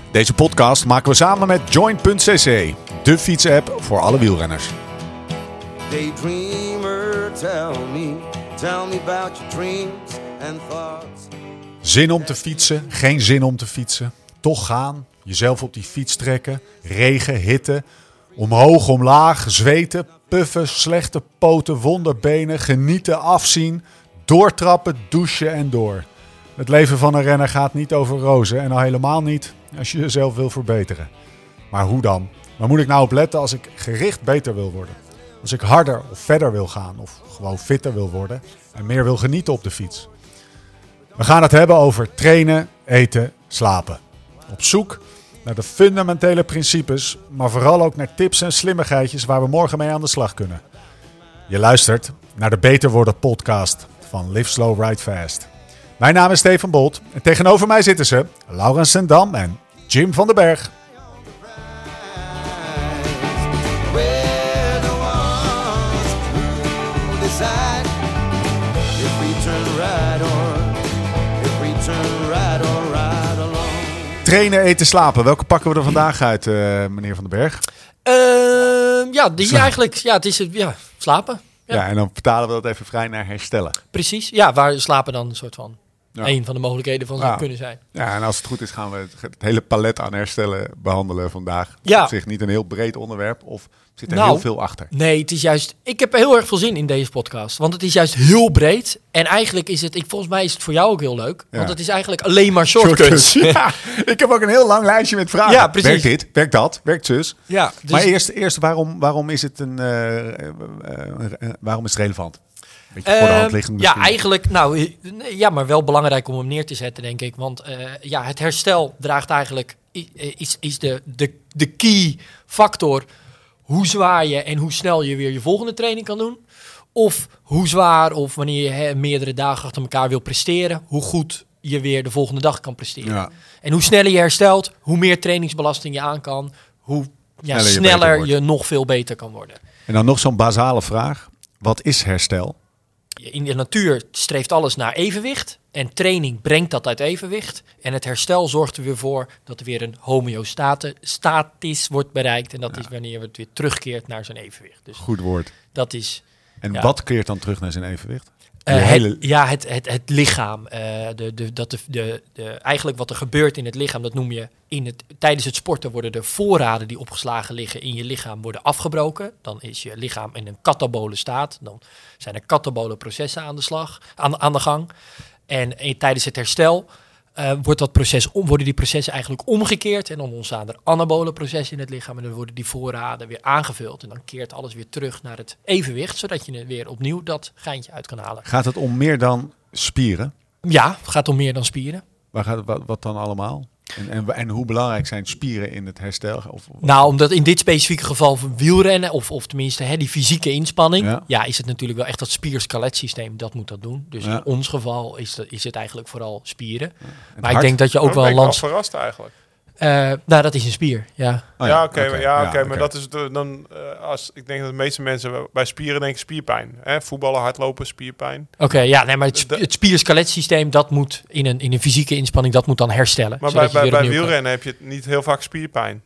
Deze podcast maken we samen met Join.cc, de fietsapp voor alle wielrenners. Daydreamer, tell me about your dreams and thoughts. Zin om te fietsen, geen zin om te fietsen. Toch gaan, jezelf op die fiets trekken, regen, hitte, omhoog, omlaag, zweten, puffen, slechte poten, wonderbenen, genieten, afzien, doortrappen, douchen en door. Het leven van een renner gaat niet over rozen en al helemaal niet als je jezelf wil verbeteren. Maar hoe dan? Waar moet ik nou op letten als ik gericht beter wil worden? Als ik harder of verder wil gaan of gewoon fitter wil worden en meer wil genieten op de fiets? We gaan het hebben over trainen, eten, slapen. Op zoek naar de fundamentele principes, maar vooral ook naar tips en slimmigheidjes waar we morgen mee aan de slag kunnen. Je luistert naar de Beter Worden podcast van Live Slow Ride Fast. Mijn naam is Stefan Bolt en tegenover mij zitten ze Laurens Sendam en Jim van den Berg. Trainen, eten, slapen. Welke pakken we er vandaag uit, meneer Van den Berg? Het is slapen. Ja, en dan vertalen we dat even vrij naar herstellen. Precies, ja, waar slapen dan een soort van een van de mogelijkheden van zou kunnen zijn. Ja, en als het goed is gaan we het hele palet aan herstellen behandelen vandaag. Ja. Op zich niet een heel breed onderwerp of zit er heel veel achter? Nee, het is juist... Ik heb heel erg veel zin in deze podcast, want het is juist heel breed. En eigenlijk is het... Volgens mij is het voor jou ook heel leuk, want het is eigenlijk alleen maar shortcuts. Ja, ik heb ook een heel lang lijstje met vragen. Ja, precies. Werkt dit? Werkt dat? Werkt zus? Ja, dus... Maar eerst waarom is het waarom is het relevant? Beetje voor de hand liggend misschien. Ja, eigenlijk, maar wel belangrijk om hem neer te zetten, denk ik. Want het herstel draagt eigenlijk, is de key factor hoe zwaar je en hoe snel je weer je volgende training kan doen. Of hoe zwaar, of wanneer je meerdere dagen achter elkaar wil presteren, hoe goed je weer de volgende dag kan presteren. Ja. En hoe sneller je herstelt, hoe meer trainingsbelasting je aan kan, hoe sneller je nog veel beter kan worden. En dan nog zo'n basale vraag. Wat is herstel? In de natuur streeft alles naar evenwicht. En training brengt dat uit evenwicht. En het herstel zorgt er weer voor dat er weer een homeostatis wordt bereikt. En dat is wanneer het weer terugkeert naar zijn evenwicht. Dus goed woord. Dat is... En wat keert dan terug naar zijn evenwicht? Het lichaam. Eigenlijk wat er gebeurt in het lichaam, dat noem je tijdens het sporten worden de voorraden die opgeslagen liggen in je lichaam worden afgebroken. Dan is je lichaam in een katabole staat. Dan zijn er katabole processen aan de gang. En tijdens het herstel worden die processen eigenlijk omgekeerd. En dan ontstaan er anabole processen in het lichaam. En dan worden die voorraden weer aangevuld. En dan keert alles weer terug naar het evenwicht. Zodat je weer opnieuw dat geintje uit kan halen. Gaat het om meer dan spieren? Ja, het gaat om meer dan spieren. Wat dan allemaal? En hoe belangrijk zijn spieren in het herstel? Omdat in dit specifieke geval van wielrennen, of tenminste die fysieke inspanning, is het natuurlijk wel echt dat spier-skeletsysteem dat moet dat doen. Dus in ons geval is het eigenlijk vooral spieren. Ja. Maar ik denk dat je ook wel een land verrast eigenlijk. Dat is een spier, ja. Maar dat is als ik denk dat de meeste mensen bij spieren denken spierpijn. Voetballen, hardlopen, spierpijn. Maar het spier-skeletsysteem dat moet in een fysieke inspanning dat moet dan herstellen. Maar bij wielrennen heb je niet heel vaak spierpijn.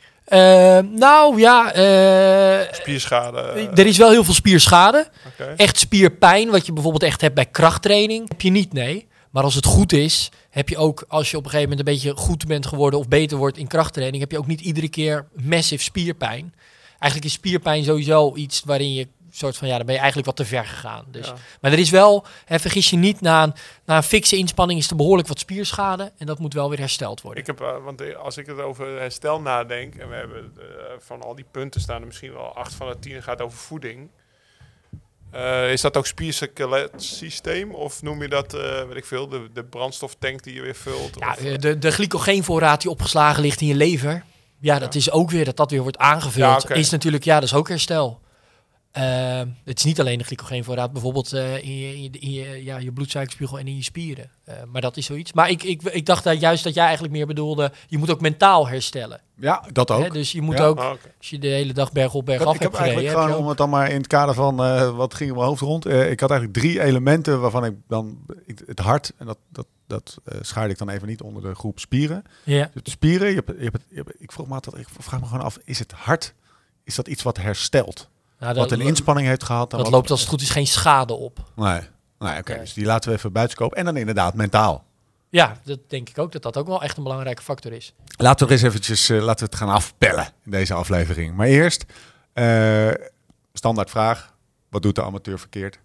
Spierschade. Er is wel heel veel spierschade. Okay. Echt spierpijn, wat je bijvoorbeeld echt hebt bij krachttraining, heb je niet, nee. Maar als het goed is, heb je ook, als je op een gegeven moment een beetje goed bent geworden of beter wordt in krachttraining, heb je ook niet iedere keer massive spierpijn. Eigenlijk is spierpijn sowieso iets waarin je soort van, dan ben je eigenlijk wat te ver gegaan. Dus. Ja. Maar er is wel, vergis je niet, na een fikse inspanning is er behoorlijk wat spierschade en dat moet wel weer hersteld worden. Want als ik het over herstel nadenk, en we hebben van al die punten staan er misschien wel 8 van de 10 gaat over voeding. Is dat ook spier-skeletsysteem? Of noem je dat, de brandstoftank die je weer vult? Ja, de glycogeenvoorraad die opgeslagen ligt in je lever. Ja, dat is ook weer dat weer wordt aangevuld. Is natuurlijk, dat is ook herstel. Het is niet alleen de glycogeenvoorraad, bijvoorbeeld in je bloedsuikerspiegel en in je spieren. Maar dat is zoiets. Maar ik dacht dat juist dat jij eigenlijk meer bedoelde, je moet ook mentaal herstellen. Ja, dat ook. Hè? Dus je moet Ja. ook, Ah, oké. als je de hele dag berg op berg af Ik heb hebt gereden. eigenlijk heb je gewoon, om het dan maar in het kader van wat ging in mijn hoofd rond. Ik had eigenlijk 3 elementen waarvan ik dan het hart, en dat schaarde ik dan even niet onder de groep spieren. Ja. De spieren, ik vraag me gewoon af, is het hart, is dat iets wat herstelt? Nou, Wat een inspanning heeft gehad? dat loopt als het goed is geen schade op. Nee, oké. Nee. Dus die laten we even buitenskopen. En dan inderdaad mentaal. Ja, dat denk ik ook, dat ook wel echt een belangrijke factor is. Laten we eens eventjes laten we het gaan afpellen in deze aflevering. Maar eerst, standaard vraag. Wat doet de amateur verkeerd?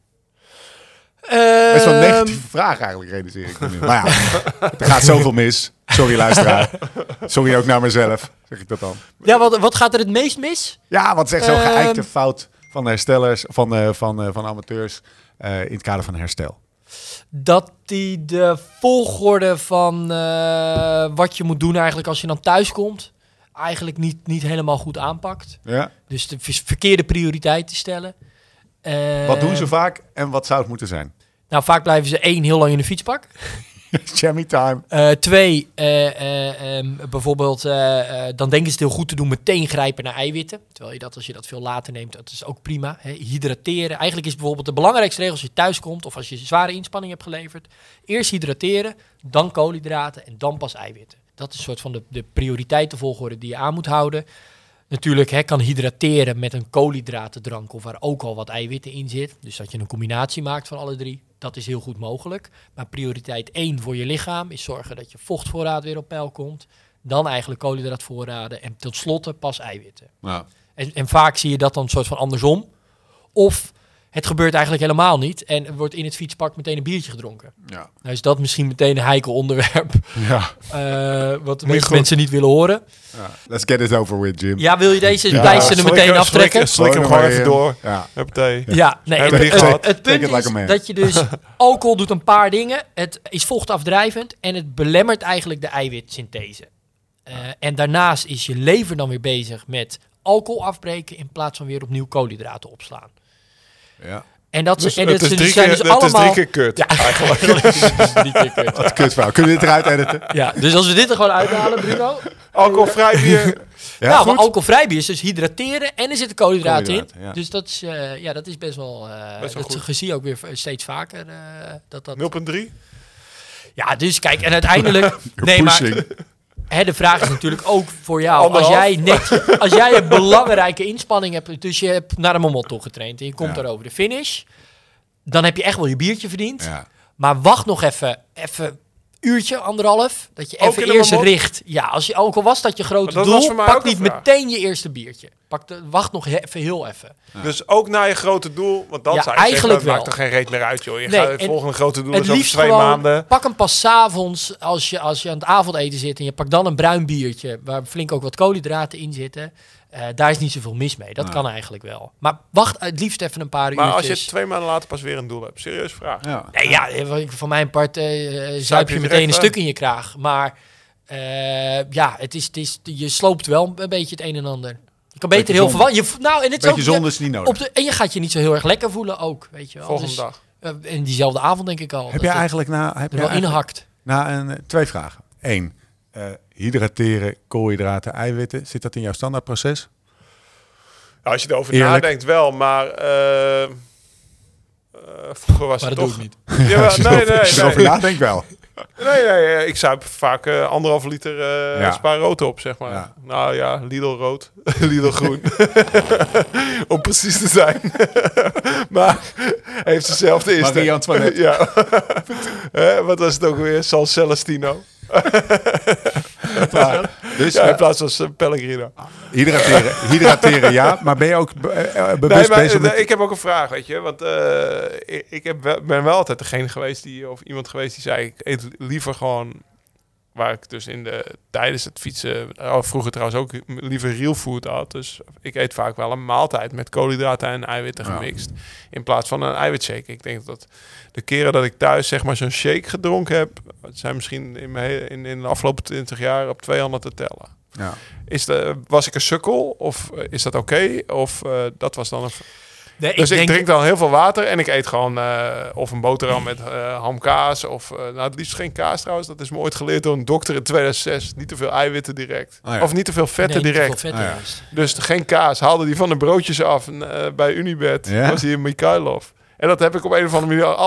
Best wel een negatieve vraag eigenlijk, realiseer ik me nu. Maar ja, er gaat zoveel mis. Sorry luisteraar. Sorry ook naar mezelf, zeg ik dat dan. Ja, wat gaat er het meest mis? Ja, wat zegt zo'n geëikte fout van herstellers, van amateurs in het kader van herstel? Dat die de volgorde van wat je moet doen eigenlijk als je dan thuis komt, eigenlijk niet helemaal goed aanpakt. Ja. Dus de verkeerde prioriteiten stellen. Wat doen ze vaak en wat zou het moeten zijn? Nou, vaak blijven ze 1 heel lang in de fietspak. Jammy time. 2, bijvoorbeeld, dan denken ze het heel goed te doen, meteen grijpen naar eiwitten. Terwijl je dat, als je dat veel later neemt, dat is ook prima. Hè. Hydrateren. Eigenlijk is bijvoorbeeld de belangrijkste regel als je thuis komt of als je zware inspanning hebt geleverd. Eerst hydrateren, dan koolhydraten en dan pas eiwitten. Dat is een soort van de prioriteitenvolgorde die je aan moet houden. Natuurlijk kan hydrateren met een koolhydratendrank of waar ook al wat eiwitten in zit. Dus dat je een combinatie maakt van alle 3. Dat is heel goed mogelijk. Maar prioriteit 1 voor je lichaam is zorgen dat je vochtvoorraad weer op peil komt. Dan eigenlijk koolhydraatvoorraden en tot slotte pas eiwitten. Nou, En vaak zie je dat dan een soort van andersom. Of het gebeurt eigenlijk helemaal niet en er wordt in het fietspak meteen een biertje gedronken. ja. Nou is dat misschien meteen een heikel onderwerp Ja. wat de meeste mensen niet willen horen. Let's get it over with, Jim. Ja, wil je deze Ja, pleister er meteen aftrekken? Slik hem gewoon even door. Ja. Huppatee. Ja, nee, Hebben we die gehad? het punt Take it like a is man. dat je dus... Alcohol doet een paar dingen. Het is vochtafdrijvend en het belemmert eigenlijk de eiwitsynthese. En daarnaast is je lever dan weer bezig met alcohol afbreken in plaats van weer opnieuw koolhydraten opslaan. Ja. En dat Dus zijn het is dus 3 zijn keer, dus het is allemaal... 3 keer kut. Ja, eigenlijk is het 3 keer kut. Wat kut verhaal. Kunnen we dit eruit editen? Ja, dus als we dit er gewoon uithalen, Bruno. Alcoholvrij bier. Ja, nou, goed. maar alcoholvrij bier is dus hydrateren en er zitten koolhydraten in. Koolhydraten, ja. Dus dat is best wel... Best wel dat goed. zie je ook weer steeds vaker. Dat 0,3. Ja, dus kijk, en uiteindelijk... nee, maar Pushing. de vraag is natuurlijk ook voor jou. Anderhalf. Als jij een belangrijke inspanning hebt, dus je hebt naar een Momotto getraind en je komt Ja. daar over de finish, dan heb je echt wel je biertje verdiend. Ja. Maar wacht nog even uurtje, 1,5, dat je Ook even in de eerst Momot? richt. Ja, als je ook al was dat je grote Maar dat was doel, voor mij pak ook een niet vraag. meteen je eerste biertje. Wacht nog even heel even. Dus ook naar je grote doel. Want dan Ja, zou je zeggen, eigenlijk dat maakt wel. toch geen reet meer uit, joh. Je Nee, gaat het en volgende grote doel Het is over liefst 2 gewoon, maanden. pak hem pas 's avonds als je aan het avondeten zit en je pakt dan een bruin biertje waar flink ook wat koolhydraten in zitten. Daar is niet zoveel mis mee. Dat kan eigenlijk wel. Maar wacht het liefst even een paar Maar als uurtjes. je 2 maanden later pas weer een doel hebt. Serieus vraag. Ja. Nee, ja, van mijn part zuip je direct meteen een weg. stuk in je kraag. Maar ja, je sloopt wel een beetje het een en ander. Je kan beter Beetje heel zonde. verwacht. En het is Beetje ook, zonde is niet nodig. en je gaat je niet zo heel erg lekker voelen ook, weet je wel. Volgende Dus, dag. en diezelfde avond denk ik al. Heb dat jij het eigenlijk er wel inhakt. twee vragen. 1. Hydrateren, koolhydraten, eiwitten. Zit dat in jouw standaardproces? Ja, als je erover Eerlijk. nadenkt wel, maar vroeger was Maar het dat toch... doe ik niet. Ja, Als je erover nee. nadenkt wel. Nee, ik zuip vaak 1,5 liter Ja. Spa rood op, zeg maar. Ja. Nou ja, Lidl rood, Lidl groen. Om precies te zijn. Maar heeft dezelfde insteek. Marie-Antoinette. Ja. Wat was het ook weer? San Celestino. Dus Ja, in plaats van Pellegrino. hydrateren ja. Maar ben je ook bewust Nee, maar bezig met... ik heb ook een vraag, weet je. Want ben wel altijd degene geweest of iemand geweest die zei... Ik eet liever gewoon... Waar ik dus tijdens het fietsen... vroeger trouwens ook liever real food had. Dus ik eet vaak wel een maaltijd met koolhydraten en eiwitten Ja. gemixt. In plaats van een eiwitshake. Ik denk dat de keren dat ik thuis zeg maar zo'n shake gedronken heb... Het zijn misschien in de afgelopen 20 jaar op 2 handen te tellen. Ja. Was ik een sukkel? Of is dat oké? Of dat was dan een... Nee, Dus ik drink dan heel veel water en ik eet gewoon of een boterham met hamkaas. Of het liefst geen kaas trouwens. Dat is me ooit geleerd door een dokter in 2006. Niet te veel eiwitten direct. Oh ja. Of niet te veel vetten direct. Dus geen kaas. Haalde die van de broodjes af bij Unibet. Ja? Was hier in Mikhailov. En dat heb ik op een of andere manier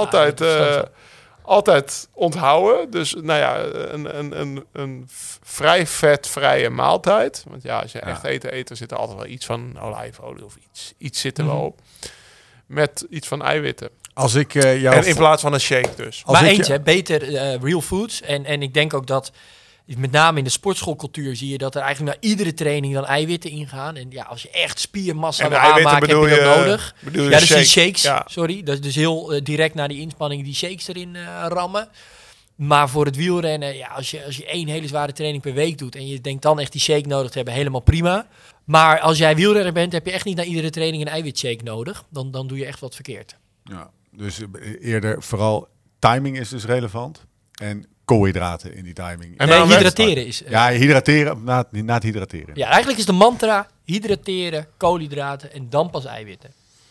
altijd onthouden. Dus nou ja, een vrij vetvrije maaltijd. Want ja, als je echt eten eet, er zit er altijd wel iets van olijfolie of iets zit er wel op. Met iets van eiwitten. Als ik jou... En in plaats van een shake dus. Maar eentje, beter real foods. En ik denk ook dat, met name in de sportschoolcultuur, zie je dat er eigenlijk na iedere training dan eiwitten ingaan. En ja, als je echt spiermassa wil aanmaken, heb je dat nodig. Bedoel je dus shake? die shakes, Ja. sorry. Dus heel direct na die inspanning die shakes erin rammen. Maar voor het wielrennen, ja, als je 1 hele zware training per week doet en je denkt dan echt die shake nodig te hebben, helemaal prima. Maar als jij wielrenner bent, heb je echt niet na iedere training een eiwitshake nodig. Dan doe je echt wat verkeerd. Ja, dus eerder vooral timing is dus relevant. En koolhydraten in die timing. En Nee, dan hydrateren is... Ja, hydrateren na het hydrateren. Ja, eigenlijk is de mantra hydrateren, koolhydraten en dan pas eiwitten.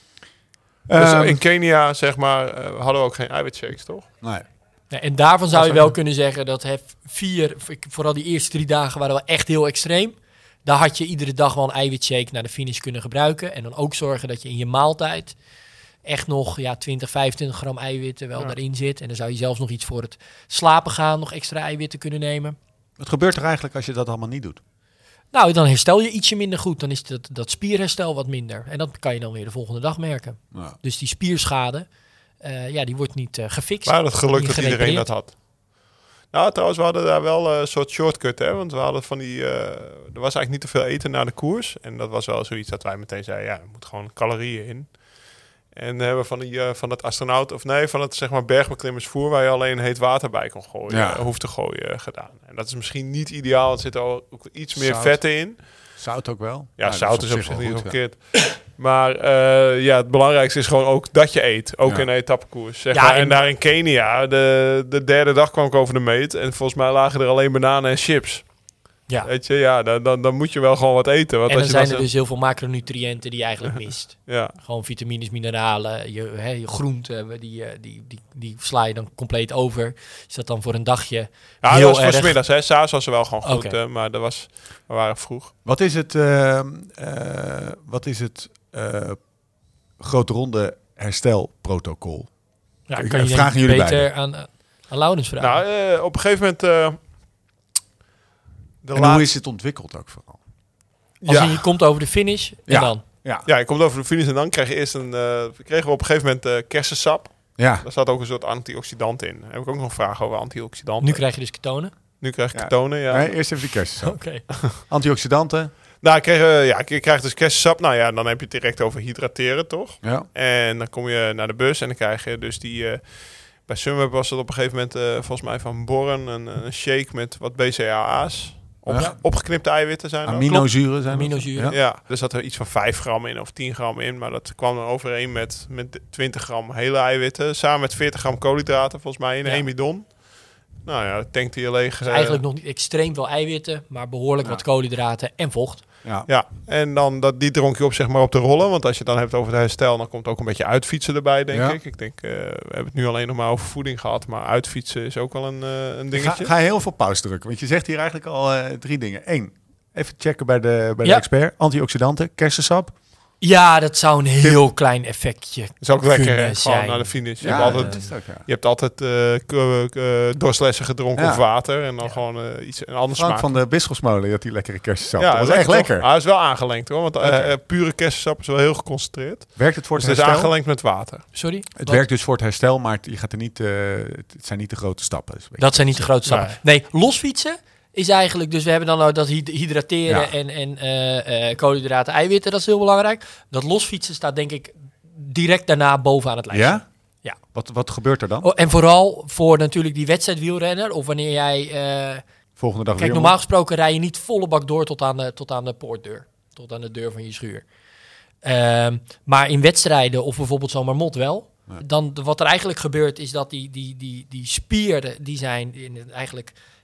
Dus in Kenia, zeg maar, hadden we ook geen eiwitshakes, toch? Nee. Ja, en daarvan zou je wel kunnen zeggen dat vooral die eerste 3 dagen waren wel echt heel extreem. Daar had je iedere dag wel een eiwitshake naar de finish kunnen gebruiken. En dan ook zorgen dat je in je maaltijd echt nog 20, 25 gram eiwitten wel erin zit. En dan zou je zelfs nog iets voor het slapen gaan, nog extra eiwitten kunnen nemen. Wat gebeurt er eigenlijk als je dat allemaal niet doet? Nou, dan herstel je ietsje minder goed. Dan is dat spierherstel wat minder. En dat kan je dan weer de volgende dag merken. Ja. Dus die spierschade, die wordt niet gefixt. Maar het geluk niet dat iedereen gerepareerd. dat had. Nou, trouwens, we hadden daar wel een soort shortcut, hè. Want we hadden van die... er was eigenlijk niet te veel eten na de koers. En dat was wel zoiets dat wij meteen zeiden, ja, er moet gewoon calorieën in. En hebben we van het van het zeg maar bergbeklimmersvoer waar je alleen heet water bij kon gooien, hoeft te gooien gedaan. En dat is misschien niet ideaal, want er zitten ook iets meer vetten in. Zout ook wel? Ja, zout is op zich niet verkeerd. Maar het belangrijkste is gewoon ook dat je eet. Ook in een etappekoers. Zeg maar. En daar in Kenia, de derde dag kwam ik over de meet. En volgens mij lagen er alleen bananen en chips. Ja. Weet je, dan moet je wel gewoon wat eten. Want En dan als je zijn er dus heel veel macronutriënten die je eigenlijk mist. Ja. Gewoon vitamines, mineralen, je groenten, die sla je dan compleet over. Is dat dan voor een dagje Ja, heel dat was voor erg? 's middags, hè. 's Avonds was er wel gewoon goed, Oké. maar we waren vroeg. Wat is het grote ronde herstelprotocol? Ja, Ik kan je vraag denk ik jullie beter aan Laurens vragen. Nou, op een gegeven moment... En hoe is het ontwikkeld ook vooral? Als je komt over de finish en dan? Ja. Ja, je komt over de finish en dan krijg je eerst kregen we op een gegeven moment kersensap. Ja. Daar zat ook een soort antioxidant in. Daar heb ik ook nog een vraag over antioxidanten. Nu krijg je dus ketonen. Nu krijg ik ketonen, ja. Nee, eerst even die kersensap. Oké. Antioxidanten. Nou, je krijgt dus kersensap. Nou ja, dan heb je het direct over hydrateren, toch? Ja. En dan kom je naar de bus en dan krijg je dus die... bij Sunweb was het op een gegeven moment volgens mij van Borren een shake met wat BCAA's. Opgeknipte eiwitten zijn er. Aminozuren zijn Aminozuren. Ja, er zat er iets van 5 gram in of 10 gram in. Maar dat kwam dan overeen met 20 gram hele eiwitten. Samen met 40 gram koolhydraten volgens mij in één bidon. Nou ja, dat tankte je leeg. Dus eigenlijk nog niet extreem veel eiwitten, maar behoorlijk wat koolhydraten en vocht. Ja. En dan die dronk je op, zeg maar, op de rollen. Want als je het dan hebt over het herstel, dan komt ook een beetje uitfietsen erbij, denk ik. Ik denk, we hebben het nu alleen nog maar over voeding gehad. Maar uitfietsen is ook wel een dingetje. Ga heel veel pauze drukken. Want je zegt hier eigenlijk al 3 dingen. 1, even checken bij de expert. Antioxidanten, kersensap. Ja, dat zou een heel klein effectje Dat is ook lekker, hè? kunnen Gewoon zijn. naar de finish. Dat is ook, Je hebt altijd dorstlessen gedronken of water. En dan gewoon een ander Frank smaak. van de Bisschopsmolen, die had die lekkere kersensap. Ja, dat was echt lekker. Hij is wel aangelengd, hoor. Want pure kersensap is wel heel geconcentreerd. Werkt het voor Dus het het is herstel? aangelengd met water. Sorry? Het werkt dus voor het herstel, maar je gaat er niet, het zijn niet de grote stappen. Dat zijn niet de grote stappen. Nee, losfietsen is eigenlijk... Dus we hebben dan dat hydrateren en koolhydraten, eiwitten. Dat is heel belangrijk. Dat losfietsen staat denk ik direct daarna bovenaan het lijstje. Ja? Ja. Wat gebeurt er dan? Oh, en vooral voor natuurlijk die wedstrijdwielrenner. Of wanneer jij... Volgende dag kijk, weer normaal gesproken rij je niet volle bak door tot aan de poortdeur. Tot aan de deur van je schuur. Maar in wedstrijden of bijvoorbeeld zo'n Marmot wel. Dan wat er eigenlijk gebeurt is dat die spieren die zijn eigenlijk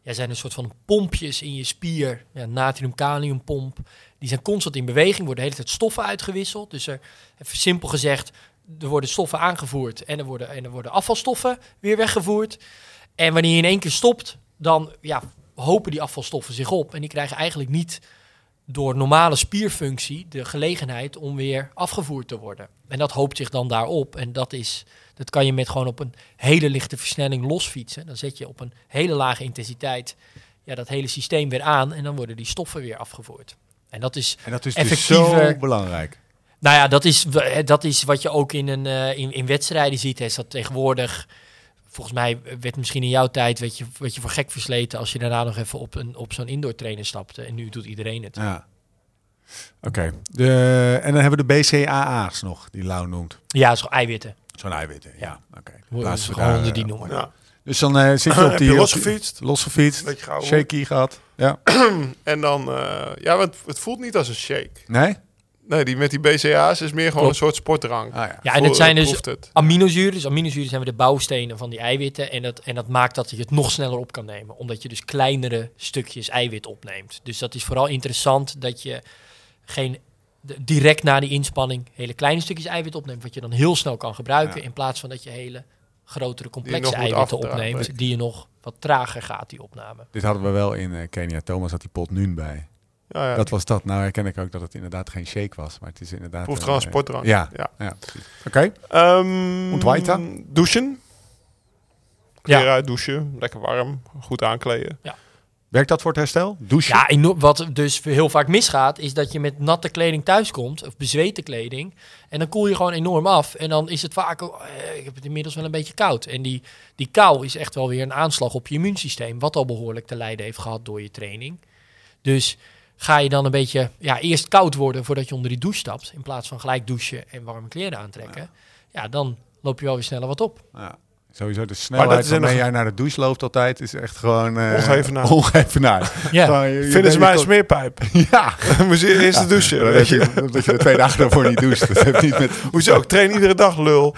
zijn een soort van pompjes in je spier. Ja, natrium-kaliumpomp. Die zijn constant in beweging, worden de hele tijd stoffen uitgewisseld. Dus even simpel gezegd, er worden stoffen aangevoerd en er worden afvalstoffen weer weggevoerd. En wanneer je in één keer stopt, dan hopen die afvalstoffen zich op. En die krijgen eigenlijk niet door normale spierfunctie de gelegenheid om weer afgevoerd te worden. En dat hoopt zich dan daarop. En dat kan je met gewoon op een hele lichte versnelling losfietsen. Dan zet je op een hele lage intensiteit dat hele systeem weer aan en dan worden die stoffen weer afgevoerd. En dat is effectiever. Dus zo belangrijk. Nou ja, dat is wat je ook in wedstrijden ziet. Is dat tegenwoordig, volgens mij werd misschien in jouw tijd werd je voor gek versleten als je daarna nog even op zo'n indoor trainer stapte. En nu doet iedereen het. Ja. Oké. En dan hebben we de BCAA's nog, die Lau noemt. Ja, zo eiwitten. Zo'n eiwitten, ja. Oké. Laten we gewoon onder die noemen. Ja. Dus dan zit je op die... losgefietst. Beetje gauw. Shaky gehad. Ja. En dan... want het voelt niet als een shake. Nee? Nee, die met die BCA's is meer gewoon een soort sportdrank. Ja, en het zijn dus aminozuren. Dus aminozuren zijn weer de bouwstenen van die eiwitten. En dat maakt dat je het nog sneller op kan nemen. Omdat je dus kleinere stukjes eiwit opneemt. Dus dat is vooral interessant dat je direct na die inspanning hele kleine stukjes eiwit opneemt. Wat je dan heel snel kan gebruiken. In plaats van dat je hele grotere complexe eiwitten opneemt. Die je nog wat trager gaat, die opname. Dit hadden we wel in Kenia. Thomas had die pot Nuun bij. Ja. Dat was dat. Nou herken ik ook dat het inderdaad geen shake was. Maar het is inderdaad... Proeft gewoon sportdrank. Ja. Oké. Und weiter? Douchen. Kleren uit, douchen. Lekker warm. Goed aankleden. Ja. Werkt dat voor het herstel? Douchen? Ja, wat dus heel vaak misgaat, is dat je met natte kleding thuiskomt, of bezweten kleding, en dan koel je gewoon enorm af. En dan is het vaak, ik heb het inmiddels wel een beetje koud. En die kou is echt wel weer een aanslag op je immuunsysteem, wat al behoorlijk te lijden heeft gehad door je training. Dus ga je dan een beetje eerst koud worden voordat je onder die douche stapt, in plaats van gelijk douchen en warme kleren aantrekken, dan loop je wel weer sneller wat op. Ja. Sowieso de snelheid waarmee jij naar de douche loopt altijd is echt gewoon... ongeëvenaard. Ja. Vinden ze mij een smeerpijp? Ja. Moet je eerst douchen. Dat je de 2 dagen daarvoor niet doucht. Dat heeft niet met... Hoezo? Ik train iedere dag, lul.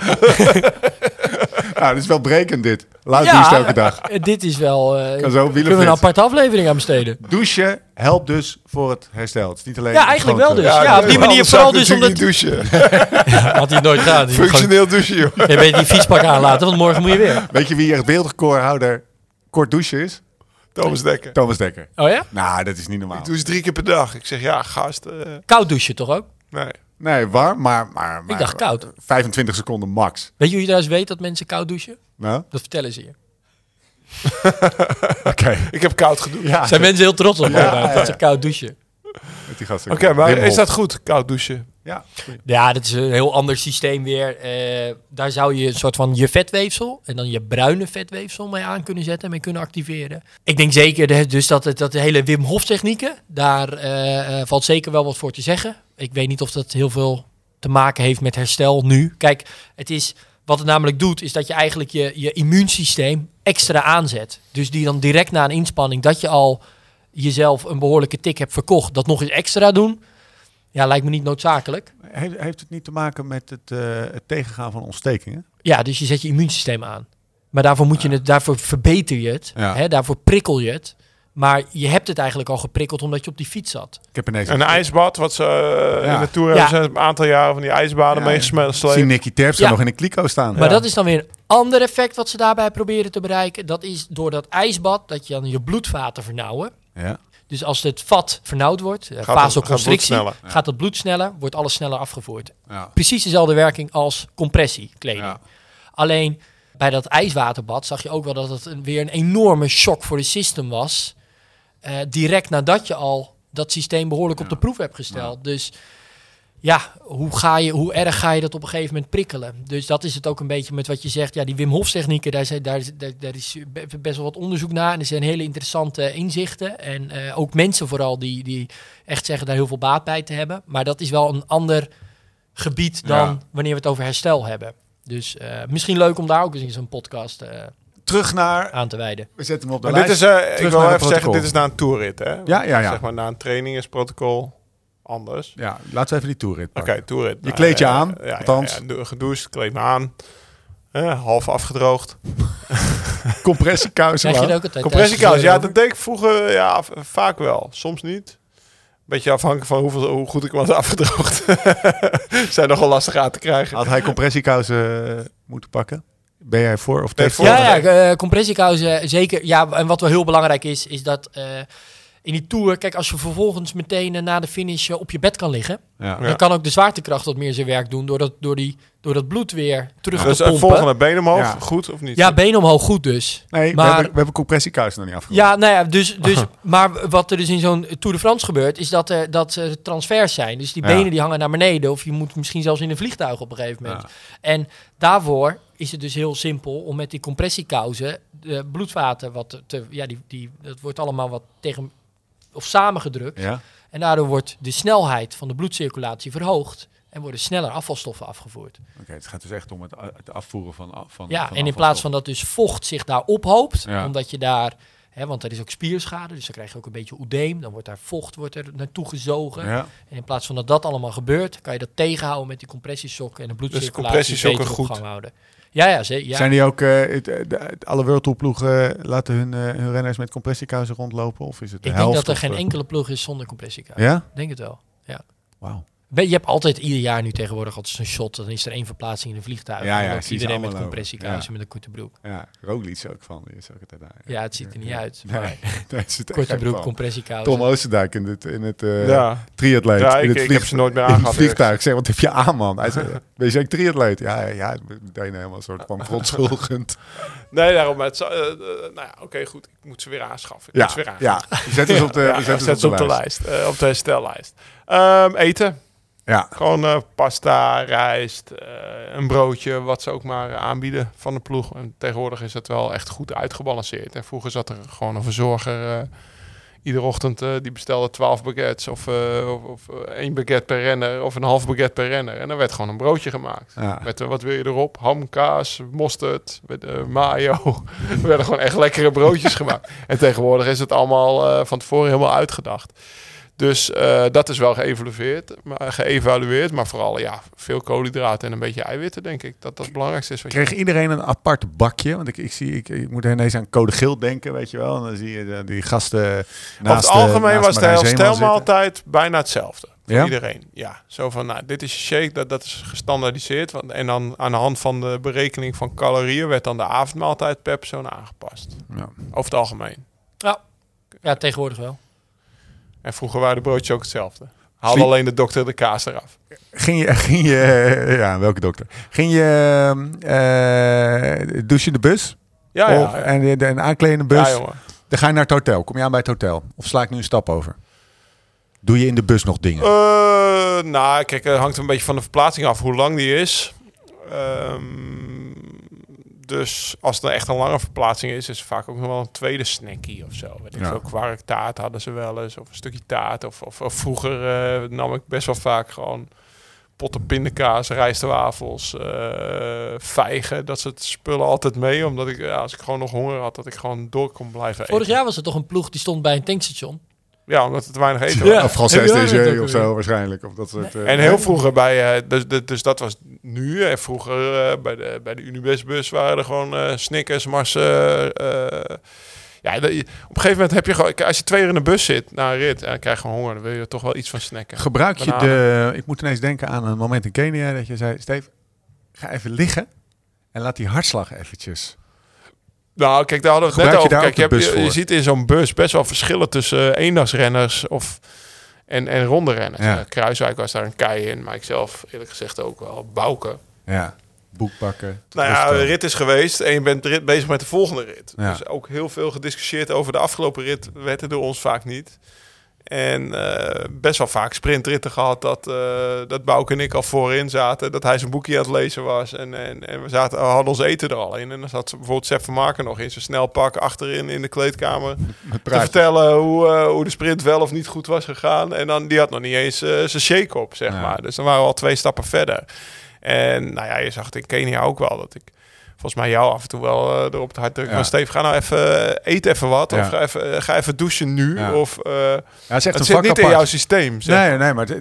Nou, dit is wel brekend dit. Doucht elke dag. Dit is wel... kunnen we een aparte aflevering aan besteden. Douchen helpt dus voor het herstel. Het is niet alleen... Ja, eigenlijk wel dus. Ja, op die manier vooral dus omdat... douchen. Had hij nooit gedaan. Functioneel douchen, joh. Je bent die fietspak aanlaten, want morgen moet je weer. Weet je wie echt wereldrecordhouder kort douchen is? Thomas Dekker. Thomas Dekker. Oh ja? Nou, dat is niet normaal. Ik doe ze 3 keer per dag. Ik zeg, gast... Koud douchen toch ook? Nee, warm, maar ik dacht koud. 25 seconden max. Weet je hoe je trouwens weet dat mensen koud douchen? Nou? Dat vertellen ze je. Oké. Ik heb koud gedoucht. Ja. Zijn mensen heel trots op dat ze koud douchen. Oké, maar is dat goed, koud douchen? Ja, dat is een heel ander systeem weer. Daar zou je een soort van je vetweefsel en dan je bruine vetweefsel mee aan kunnen zetten en mee kunnen activeren. Ik denk zeker dus dat de hele Wim Hof technieken, daar valt zeker wel wat voor te zeggen. Ik weet niet of dat heel veel te maken heeft met herstel nu. Kijk, wat het namelijk doet, is dat je eigenlijk je immuunsysteem extra aanzet. Dus die dan direct na een inspanning, dat je al jezelf een behoorlijke tik hebt verkocht, dat nog eens extra doen. Ja, lijkt me niet noodzakelijk. Heeft het niet te maken met het tegengaan van ontstekingen? Ja, dus je zet je immuunsysteem aan. Maar daarvoor verbeter je het. Ja. Hè, daarvoor prikkel je het. Maar je hebt het eigenlijk al geprikkeld omdat je op die fiets zat. Ik heb een ijsbad, wat ze in de Tour hebben ze een aantal jaren van die ijsbaden meegesleept. Ik zie Nicky Terpstra nog in een kliko staan. Maar dat is dan weer een ander effect wat ze daarbij proberen te bereiken. Dat is door dat ijsbad dat je dan je bloedvaten vernauwen. Ja. Dus als het vat vernauwd wordt, vasoconstrictie, gaat het bloed sneller, wordt alles sneller afgevoerd. Ja. Precies dezelfde werking als compressiekleding. Ja. Alleen bij dat ijswaterbad zag je ook wel dat het weer een enorme shock voor het systeem was. Direct nadat je al dat systeem behoorlijk op de proef hebt gesteld. Ja. Dus hoe erg ga je dat op een gegeven moment prikkelen? Dus dat is het ook een beetje met wat je zegt. Ja, die Wim Hof technieken, daar is best wel wat onderzoek naar. En er zijn hele interessante inzichten. En ook mensen vooral die echt zeggen daar heel veel baat bij te hebben. Maar dat is wel een ander gebied dan wanneer we het over herstel hebben. Dus misschien leuk om daar ook eens een podcast terug naar aan te wijden. We zetten hem op de lijst. Ik wil even zeggen, dit is na een toerrit, hè? Ja. Zeg maar na een trainingsprotocol anders. Ja, laten we even die toerrit pakken. Oké, toerrit. Je kleed je aan, althans. Gedoucht, kleed me aan. Half afgedroogd. Compressiekousen. Krijg je er ook altijd Compressiekous, ja, over? dat deed ik vroeger vaak wel. Soms niet. Beetje afhankelijk van hoe goed ik hem had afgedroogd. Zijn nogal lastig aan te krijgen. Had hij compressiekousen moeten pakken? Ben jij voor of tegen? Compressiekousen zeker. Ja, en wat wel heel belangrijk is dat in die Tour... Kijk, als je vervolgens meteen na de finish op je bed kan liggen... Ja. dan kan ook de zwaartekracht wat meer zijn werk doen... door dat bloed weer terug Dus te pompen. volgende been omhoog, Ja. goed of niet? Ja, been omhoog, goed dus. Nee, Maar- we hebben compressiekousen nog niet afgerond. Ja, nou ja, dus maar wat er dus in zo'n Tour de France gebeurt... is dat er transfers zijn. Dus die Ja. benen die hangen naar beneden... of je moet misschien zelfs in een vliegtuig op een gegeven moment. Ja. En daarvoor is het dus heel simpel... om met die compressiekousen de bloedvaten... dat wordt allemaal wat tegen of samengedrukt. Ja? En daardoor wordt de snelheid van de bloedcirculatie verhoogd... en worden sneller afvalstoffen afgevoerd. Oké, het gaat dus echt om het afvoeren van Ja, van en in afvalstoffen. plaats van dat dus vocht zich daar ophoopt, Ja. omdat je daar, want er is ook spierschade, dus dan krijg je ook een beetje oedeem, dan wordt daar vocht naartoe gezogen. Ja. En in plaats van dat allemaal gebeurt, kan je dat tegenhouden met die compressiesokken en de bloedcirculatie compressiesokken beter op goed. gang houden. Ja, zeker. Ja. Zijn die ook, alle World Tour ploegen laten hun renners met compressiekousen rondlopen? Of is het de Ik denk helft? dat er of, geen enkele ploeg is zonder compressiekousen. Ja? Ik denk het wel. Ja. Wauw. Je hebt altijd ieder jaar nu tegenwoordig altijd zo'n shot. Dan is er één verplaatsing in een vliegtuig. Ja, en ja, dan loopt zie je ze iedereen met allemaal compressiekousen lopen. met een korte broek. Ja, Roglic ook van. Die is ook altijd daar. Ja, het ziet er niet uit. Nee, Maar daar is het echt korte gek broek, van. compressiekousen. Tom Oosterdijk in het Ja. triatleet. Ja, in het ik heb ze nooit meer in het aangehad. vliegtuig. Ik zeg, wat heb je aan, man? Hij zei, ben je zeker triatleet? Ja, meteen helemaal een soort van verontschuldigend. Nee, daarom. Maar oké, goed. Ik moet ze weer aanschaffen. Ik moet ze weer aanschaffen. We zetten ze op de, Ja, we zetten zet ze op de lijst. lijst. Op de herstellijst. Eten. Ja, Gewoon pasta, rijst, een broodje, wat ze ook maar aanbieden van de ploeg. En tegenwoordig is het wel echt goed uitgebalanceerd. En vroeger zat er gewoon een verzorger iedere ochtend, die bestelde 12 baguettes of 1 baguette per renner of een half baguette per renner. En dan werd gewoon een broodje gemaakt. Ja. Met wat wil je erop? Ham, kaas, mosterd, met, mayo. Er werden gewoon echt lekkere broodjes gemaakt. En tegenwoordig is het allemaal van tevoren helemaal uitgedacht. Dus dat is wel geëvalueerd. Maar vooral veel koolhydraten en een beetje eiwitten, denk ik. Dat het belangrijkste is. Kreeg iedereen een apart bakje? Want ik moet ineens aan code geel denken, weet je wel. En dan zie je die gasten naast Op het algemeen was de Marijn Zeeman herstelmaaltijd bijna hetzelfde. Voor Ja? iedereen. Ja, zo van, dit is je shake, dat is gestandaardiseerd. En dan aan de hand van de berekening van calorieën werd dan de avondmaaltijd per persoon aangepast. zitten. Ja. Over het algemeen. Ja, tegenwoordig wel. En vroeger waren de broodjes ook hetzelfde. Haalde Sweet. alleen de dokter de kaas eraf. Ging je ja, welke dokter? Ging je douchen in de bus? Ja. En aankleden in de bus? Ja, jongen. Dan ga je naar het hotel. Kom je aan bij het hotel? Of sla ik nu een stap over? Doe je in de bus nog dingen? Kijk, het hangt een beetje van de verplaatsing af hoe lang die is. Dus als het echt een lange verplaatsing is er vaak ook nog wel een tweede snackie of zo. Weet ik Ja. veel, kwarktaart hadden ze wel eens, of een stukje taart. Of vroeger nam ik best wel vaak gewoon potten pindakaas, rijstwafels, vijgen. Dat soort spullen altijd mee, omdat ik, als ik gewoon nog honger had, dat ik gewoon door kon blijven eten. Vorig jaar was er toch een ploeg die stond bij een tankstation. Ja, omdat het te weinig eten Ja. was. Of Frances Heb je dat DG ook of zo weer? waarschijnlijk. Of dat soort, En heel vroeger dus dat was nu. En vroeger bij de Unibus-bus waren er gewoon Snickers, Marsen. Op een gegeven moment heb je gewoon, als je 2 uur in de bus zit na een rit en dan krijg je gewoon honger, dan wil je er toch wel iets van snacken. Gebruik je Bananen. ik moet ineens denken aan een moment in Kenia dat je zei, Steve, ga even liggen en laat die hartslag eventjes. Nou, kijk, daar hadden we het net Gebruik je over. daar Kijk, ook de bus je voor? ziet in zo'n bus best wel verschillen tussen eendagsrenners en ronde renners. Ja. Kruiswijk was daar een kei in, maar ik zelf eerlijk gezegd ook wel. Bouke. Ja, boekpakken. Nou ja, de rit is geweest en je bent bezig met de volgende rit. Ja. Dus ook heel veel gediscussieerd over de afgelopen rit. Werd er door ons vaak niet. En best wel vaak sprintritten gehad dat Bouke en ik al voorin zaten. Dat hij zijn boekje aan het lezen was. En we hadden ons eten er al in. En dan zat bijvoorbeeld Sepp van Marken nog in zijn snelpak achterin in de kleedkamer. Te vertellen hoe de sprint wel of niet goed was gegaan. En dan, die had nog niet eens zijn shake op, zeg Ja. maar. Dus dan waren we al 2 stappen verder. En nou ja, je zag het in Kenia ook wel. Dat ik volgens mij jou af en toe wel erop het hart drukken. Ja. Maar Steve, ga nou even, eet even wat. Ja. Of ga even douchen nu. Ja. Of, Ja, het is echt het een zit vak niet in apart. jouw systeem. Zeg. Nee, maar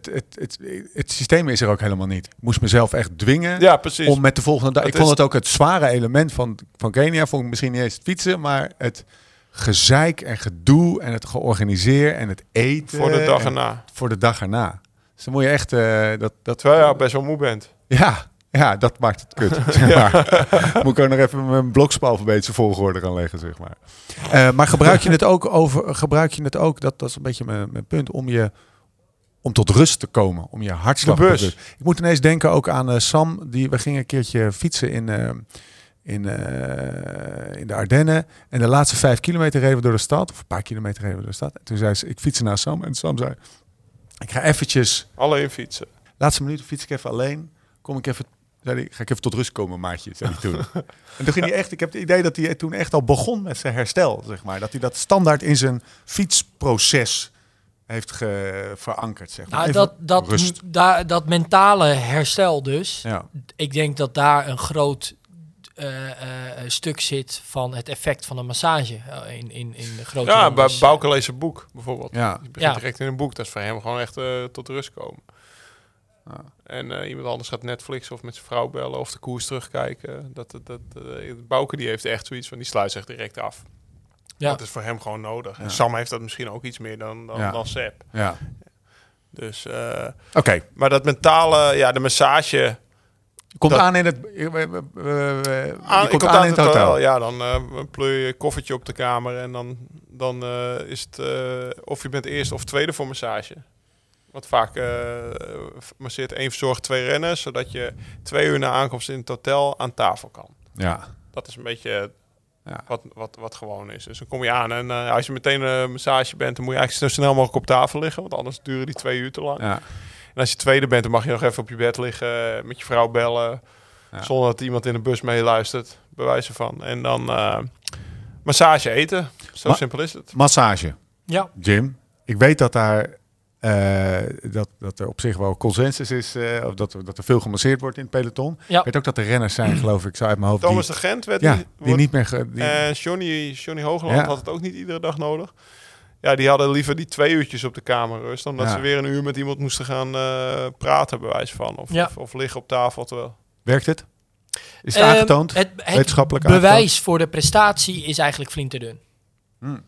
het systeem is er ook helemaal niet. Ik moest mezelf echt dwingen Ja, precies. om met de volgende dag... Het Ik vond is- het ook het zware element van Kenia. Vond ik misschien niet eens het fietsen, maar het gezeik en gedoe en het georganiseer en het eten. Voor de dag en erna. Voor de dag erna. Dus dan moet je echt... Terwijl je best wel moe bent. Ja, dat maakt het kut. Zeg maar. Moet ik ook nog even mijn blokspalfabetische volgorde gaan leggen, zeg maar. Maar gebruik je het ook, dat is een beetje mijn punt, om tot rust te komen, om je hartslag De te bus. rust. Ik moet ineens denken ook aan Sam, we gingen een keertje fietsen in de Ardennen. En de laatste 5 kilometer reden we door de stad, of een paar kilometer reden we door de stad. En toen zei ze, ik fietste naar Sam. En Sam zei, ik ga eventjes, Alleen fietsen. laatste minuut fiets ik even alleen. Zei hij, ga ik even tot rust komen, maatje, zei hij toen. En toen ging hij echt, ik heb het idee dat hij toen echt al begon met zijn herstel, zeg maar. Dat hij dat standaard in zijn fietsproces heeft verankerd, zeg maar. Nou, Even rust. dat mentale herstel dus. Ja. Ik denk dat daar een groot stuk zit van het effect van een massage in de grote Ja, bij rondes. Bouke leest een boek bijvoorbeeld. Ja. Je begint Ja. direct in een boek. Dat is voor hem gewoon echt tot rust komen. Ja. En iemand anders gaat Netflix of met zijn vrouw bellen of de koers terugkijken. Bouke die heeft echt zoiets van, die sluit zich direct af. Ja. Dat is voor hem gewoon nodig. Ja. En Sam heeft dat misschien ook iets meer dan Sepp. Ja. Dus, Oké. maar dat mentale, de massage... Komt Dat- aan in het... je ik komt kom aan in het hotel. Ja, dan pleur je koffertje op de kamer en dan is het of je bent eerst of tweede voor massage. Want vaak masseert 1 verzorger 2 renners, zodat je 2 uur na aankomst in het hotel aan tafel kan. Ja. Dat is een beetje Ja. wat gewoon is. Dus dan kom je aan en als je meteen een massage bent, dan moet je eigenlijk zo snel mogelijk op tafel liggen, want anders duren die 2 uur te lang. Ja. En als je tweede bent, dan mag je nog even op je bed liggen, met je vrouw bellen, Ja. zonder dat iemand in de bus meeluistert, bij wijze van. En dan massage eten. Zo Ma- simpel is het. Massage. Ja. Jim, ik weet dat daar dat er op zich wel consensus is, of dat er veel gemasseerd wordt in het peloton. Ja. Ik weet ook dat er renners zijn, geloof ik, zo uit mijn hoofd. Thomas de Gent werd die niet meer... en Johnny Hoogland Ja. had het ook niet iedere dag nodig. Ja, die hadden liever die 2 uurtjes op de kamer rust, dan dat Ja. ze weer een uur met iemand moesten gaan praten, bij wijze van. Of liggen op tafel. Terwijl. Werkt het? Is het aangetoond? Het Wetenschappelijk bewijs aangetoond? voor de prestatie is eigenlijk flinterdun. Hmm.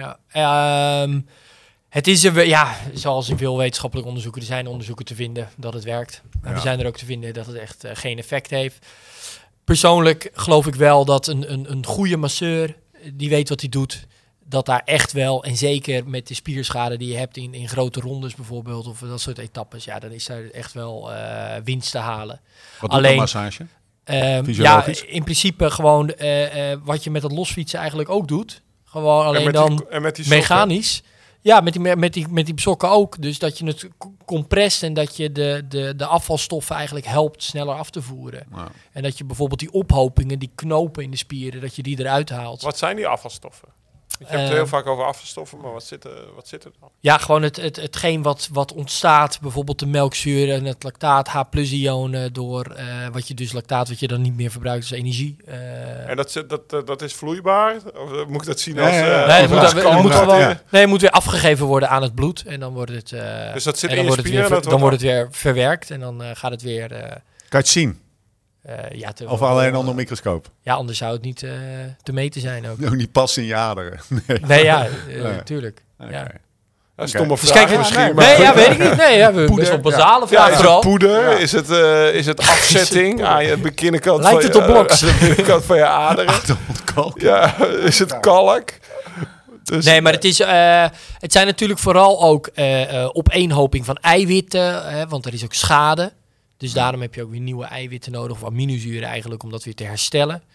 Ja, het is zoals in veel wetenschappelijke onderzoeken, er zijn onderzoeken te vinden dat het werkt. Maar Ja. er zijn er ook te vinden dat het echt geen effect heeft. Persoonlijk geloof ik wel dat een goede masseur, die weet wat hij doet, dat daar echt wel, en zeker met de spierschade die je hebt in grote rondes bijvoorbeeld, of dat soort etappes, ja, dan is daar echt wel winst te halen. Wat doet alleen- een massage? Ja, Fysiologisch? in principe gewoon wat je met het losfietsen eigenlijk ook doet. Gewoon alleen en met die sokken. mechanisch. Ja, met die sokken ook. Dus dat je het comprest en dat je de afvalstoffen eigenlijk helpt sneller af te voeren. Ja. En dat je bijvoorbeeld die ophopingen, die knopen in de spieren, dat je die eruit haalt. Wat zijn die afvalstoffen? Je hebt het heel vaak over afvalstoffen, maar wat zit er dan? Ja, gewoon hetgeen wat ontstaat. Bijvoorbeeld de melkzuur en het lactaat, H+-ionen door wat je dan niet meer verbruikt als energie. En dat is vloeibaar? Of moet ik dat zien Ja, als... ja, ja. Nee, het moet gewoon. Ja. Nee, het moet weer afgegeven worden aan het bloed. En dan wordt het. Dus dat zit en in dan je wordt het spieren, weer, dat dan wordt wordt het weer verwerkt. En dan gaat het weer. Kan je het zien? Of alleen onder een microscoop? Ja, anders zou het niet te meten zijn ook. Ook niet pas in je aderen. Nee. Nee, ja, Nee. tuurlijk. Oké. Ja. Ja, stomme Dus vraag kijk, misschien. nee, ja, weet ik niet. Nee, ja, we best wel basale Ja, vraag is vooral. het poeder? Ja. Is het afzetting aan de binnenkant Lijkt van het op bloks? aan de binnenkant van je aderen? Kalk. Ja, is het kalk? Dus, Nee, maar het zijn natuurlijk vooral ook opeenhoping van eiwitten, want er is ook schade. Dus daarom heb je ook weer nieuwe eiwitten nodig, of aminozuren eigenlijk, om dat weer te herstellen.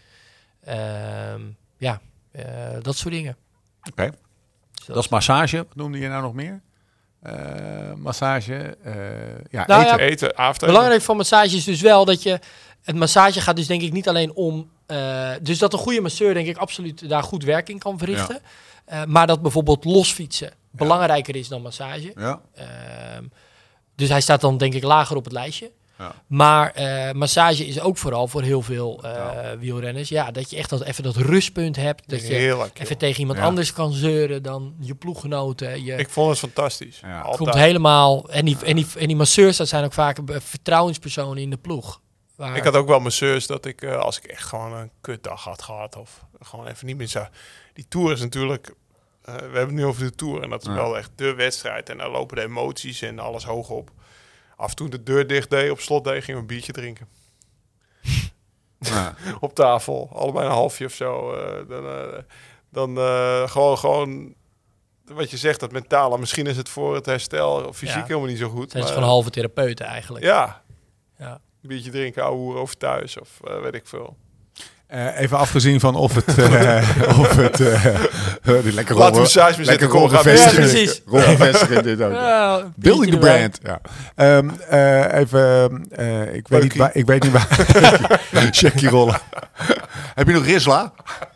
Dat soort dingen. Oké. Dat is massage. Wat noemde je nou nog meer? Massage. Nou eten. ja, eten, avondeten. Belangrijk van massage is dus wel dat je... Het massage gaat dus denk ik niet alleen om... dus dat een goede masseur denk ik absoluut daar goed werk in kan verrichten. Maar dat bijvoorbeeld losfietsen belangrijker is dan massage. Ja. Dus hij staat dan denk ik lager op het lijstje. Ja. Maar massage is ook vooral voor heel veel wielrenners. Ja, dat je echt even dat rustpunt hebt. Dat je Heerlijk, even joh. tegen iemand anders kan zeuren dan je ploeggenoten. Ik vond het fantastisch. Ja. Het komt Altijd. helemaal... En die masseurs, dat zijn ook vaak vertrouwenspersonen in de ploeg. Waar, Ik had ook wel masseurs dat ik, als ik echt gewoon een kutdag had gehad of gewoon even niet meer zou... Die Tour is natuurlijk... we hebben het nu over de Tour en dat is wel echt de wedstrijd. En daar lopen de emoties en alles hoog op. Af en toe de deur dicht deed, op slot deed, gingen we een biertje drinken. Ja. Op tafel, allebei een halfje of zo. Dan gewoon... Wat je zegt, dat mentale. Misschien is het voor het herstel fysiek Ja. helemaal niet zo goed. zijn ze maar- gewoon halve therapeuten eigenlijk. Ja, Ja. een biertje drinken, ouwe hoeren over thuis of weet ik veel. Even afgezien van of het... die lekker Laten we massage maar lekker zetten, kom, we gaan Ja, rolvestigen. precies. Rolvestigen dit ook. Ja, een Building the biertje erbij. brand. Ja. Ik weet niet waar... Ik weet niet waar... Checkie rollen. Heb je nog Rizla?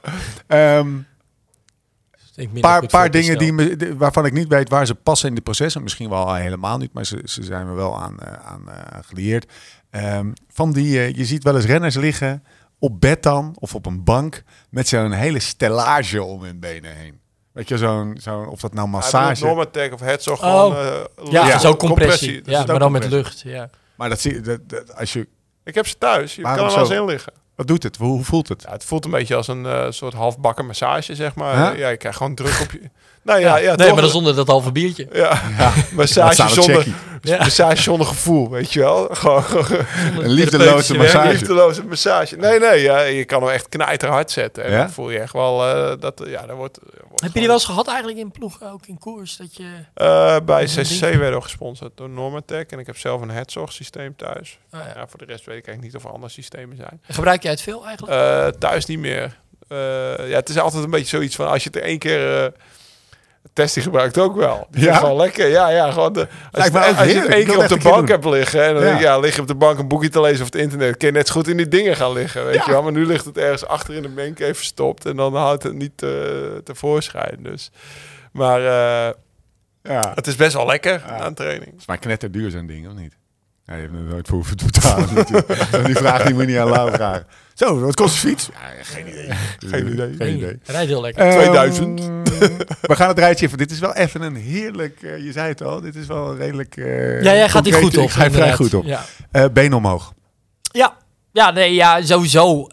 Ik vind het minder goed voor Paar het dingen herstel. waarvan ik niet weet waar ze passen in de processen. Misschien wel helemaal niet, maar ze zijn me wel aan gelieerd. Van die, je ziet wel eens renners liggen op bed dan, of op een bank, met zo'n hele stellage om hun benen heen. Weet je, zo'n of dat nou massage... Normatec of Herzog Oh. gewoon... Ja, Ja. dat is ook compressie. Dat Ja, is maar ook dan met compressie. lucht. Ja. Maar dat zie je, als je... Ik heb ze thuis. Je Waarom kan er wel zo? eens in liggen. Wat doet het? Hoe voelt het? Ja, het voelt een beetje als een soort halfbakken massage, zeg maar. Huh? Ja, je krijgt gewoon druk op je... Nou ja, Nee, toch? maar dan zonder dat halve biertje. Ja, Wat massage staat op zonder... checkie? Ja. Massage zonder gevoel, weet je wel. Gewoon Een liefdeloze massage. liefdeloze massage. Nee, ja, je kan hem echt knijterhard zetten. En Ja? dan voel je echt wel dat... Ja, dat wordt Heb je die wel eens gehad eigenlijk in ploeg, ook in koers? Dat je... bij een CCC ding? werden we gesponsord door Normatec. En ik heb zelf een Herzog systeem thuis. Oh, ja. Ja, voor de rest weet ik eigenlijk niet of er andere systemen zijn. Gebruik jij het veel eigenlijk? Thuis niet meer. Ja, het is altijd een beetje zoiets van als je het er één keer... Testy gebruikt ook wel. Die Ja? is gewoon lekker. Ja, gewoon als Lijkt me je echt het heerlijk. één Ik wil keer op het de echt een bank keer hebt liggen. En dan Ja. denk je, lig je op de bank een boekje te lezen op het internet. Kun je net zo goed in die dingen gaan liggen. Weet Ja. je wel. Maar nu ligt het ergens achter in de mancave verstopt. En dan houdt het niet tevoorschijn. Dus. Maar Ja. het is best wel lekker aan training. is maar knetterduur zo'n ding, of niet? Ja, je hebt er nooit voor hoeven te betalen natuurlijk. Die vraag die moet je niet aan Lau vragen. Zo, wat kost de fiets? Ja, geen idee. Geen idee. Geen idee. Hij rijdt heel lekker. 2000. We gaan het rijtje even. Dit is wel even een heerlijk... je zei het al, dit is wel een redelijk... Ja, jij gaat hier concreet- goed op. Ik ga er vrij inderdaad. goed op. Ja. Been omhoog. Ja, sowieso.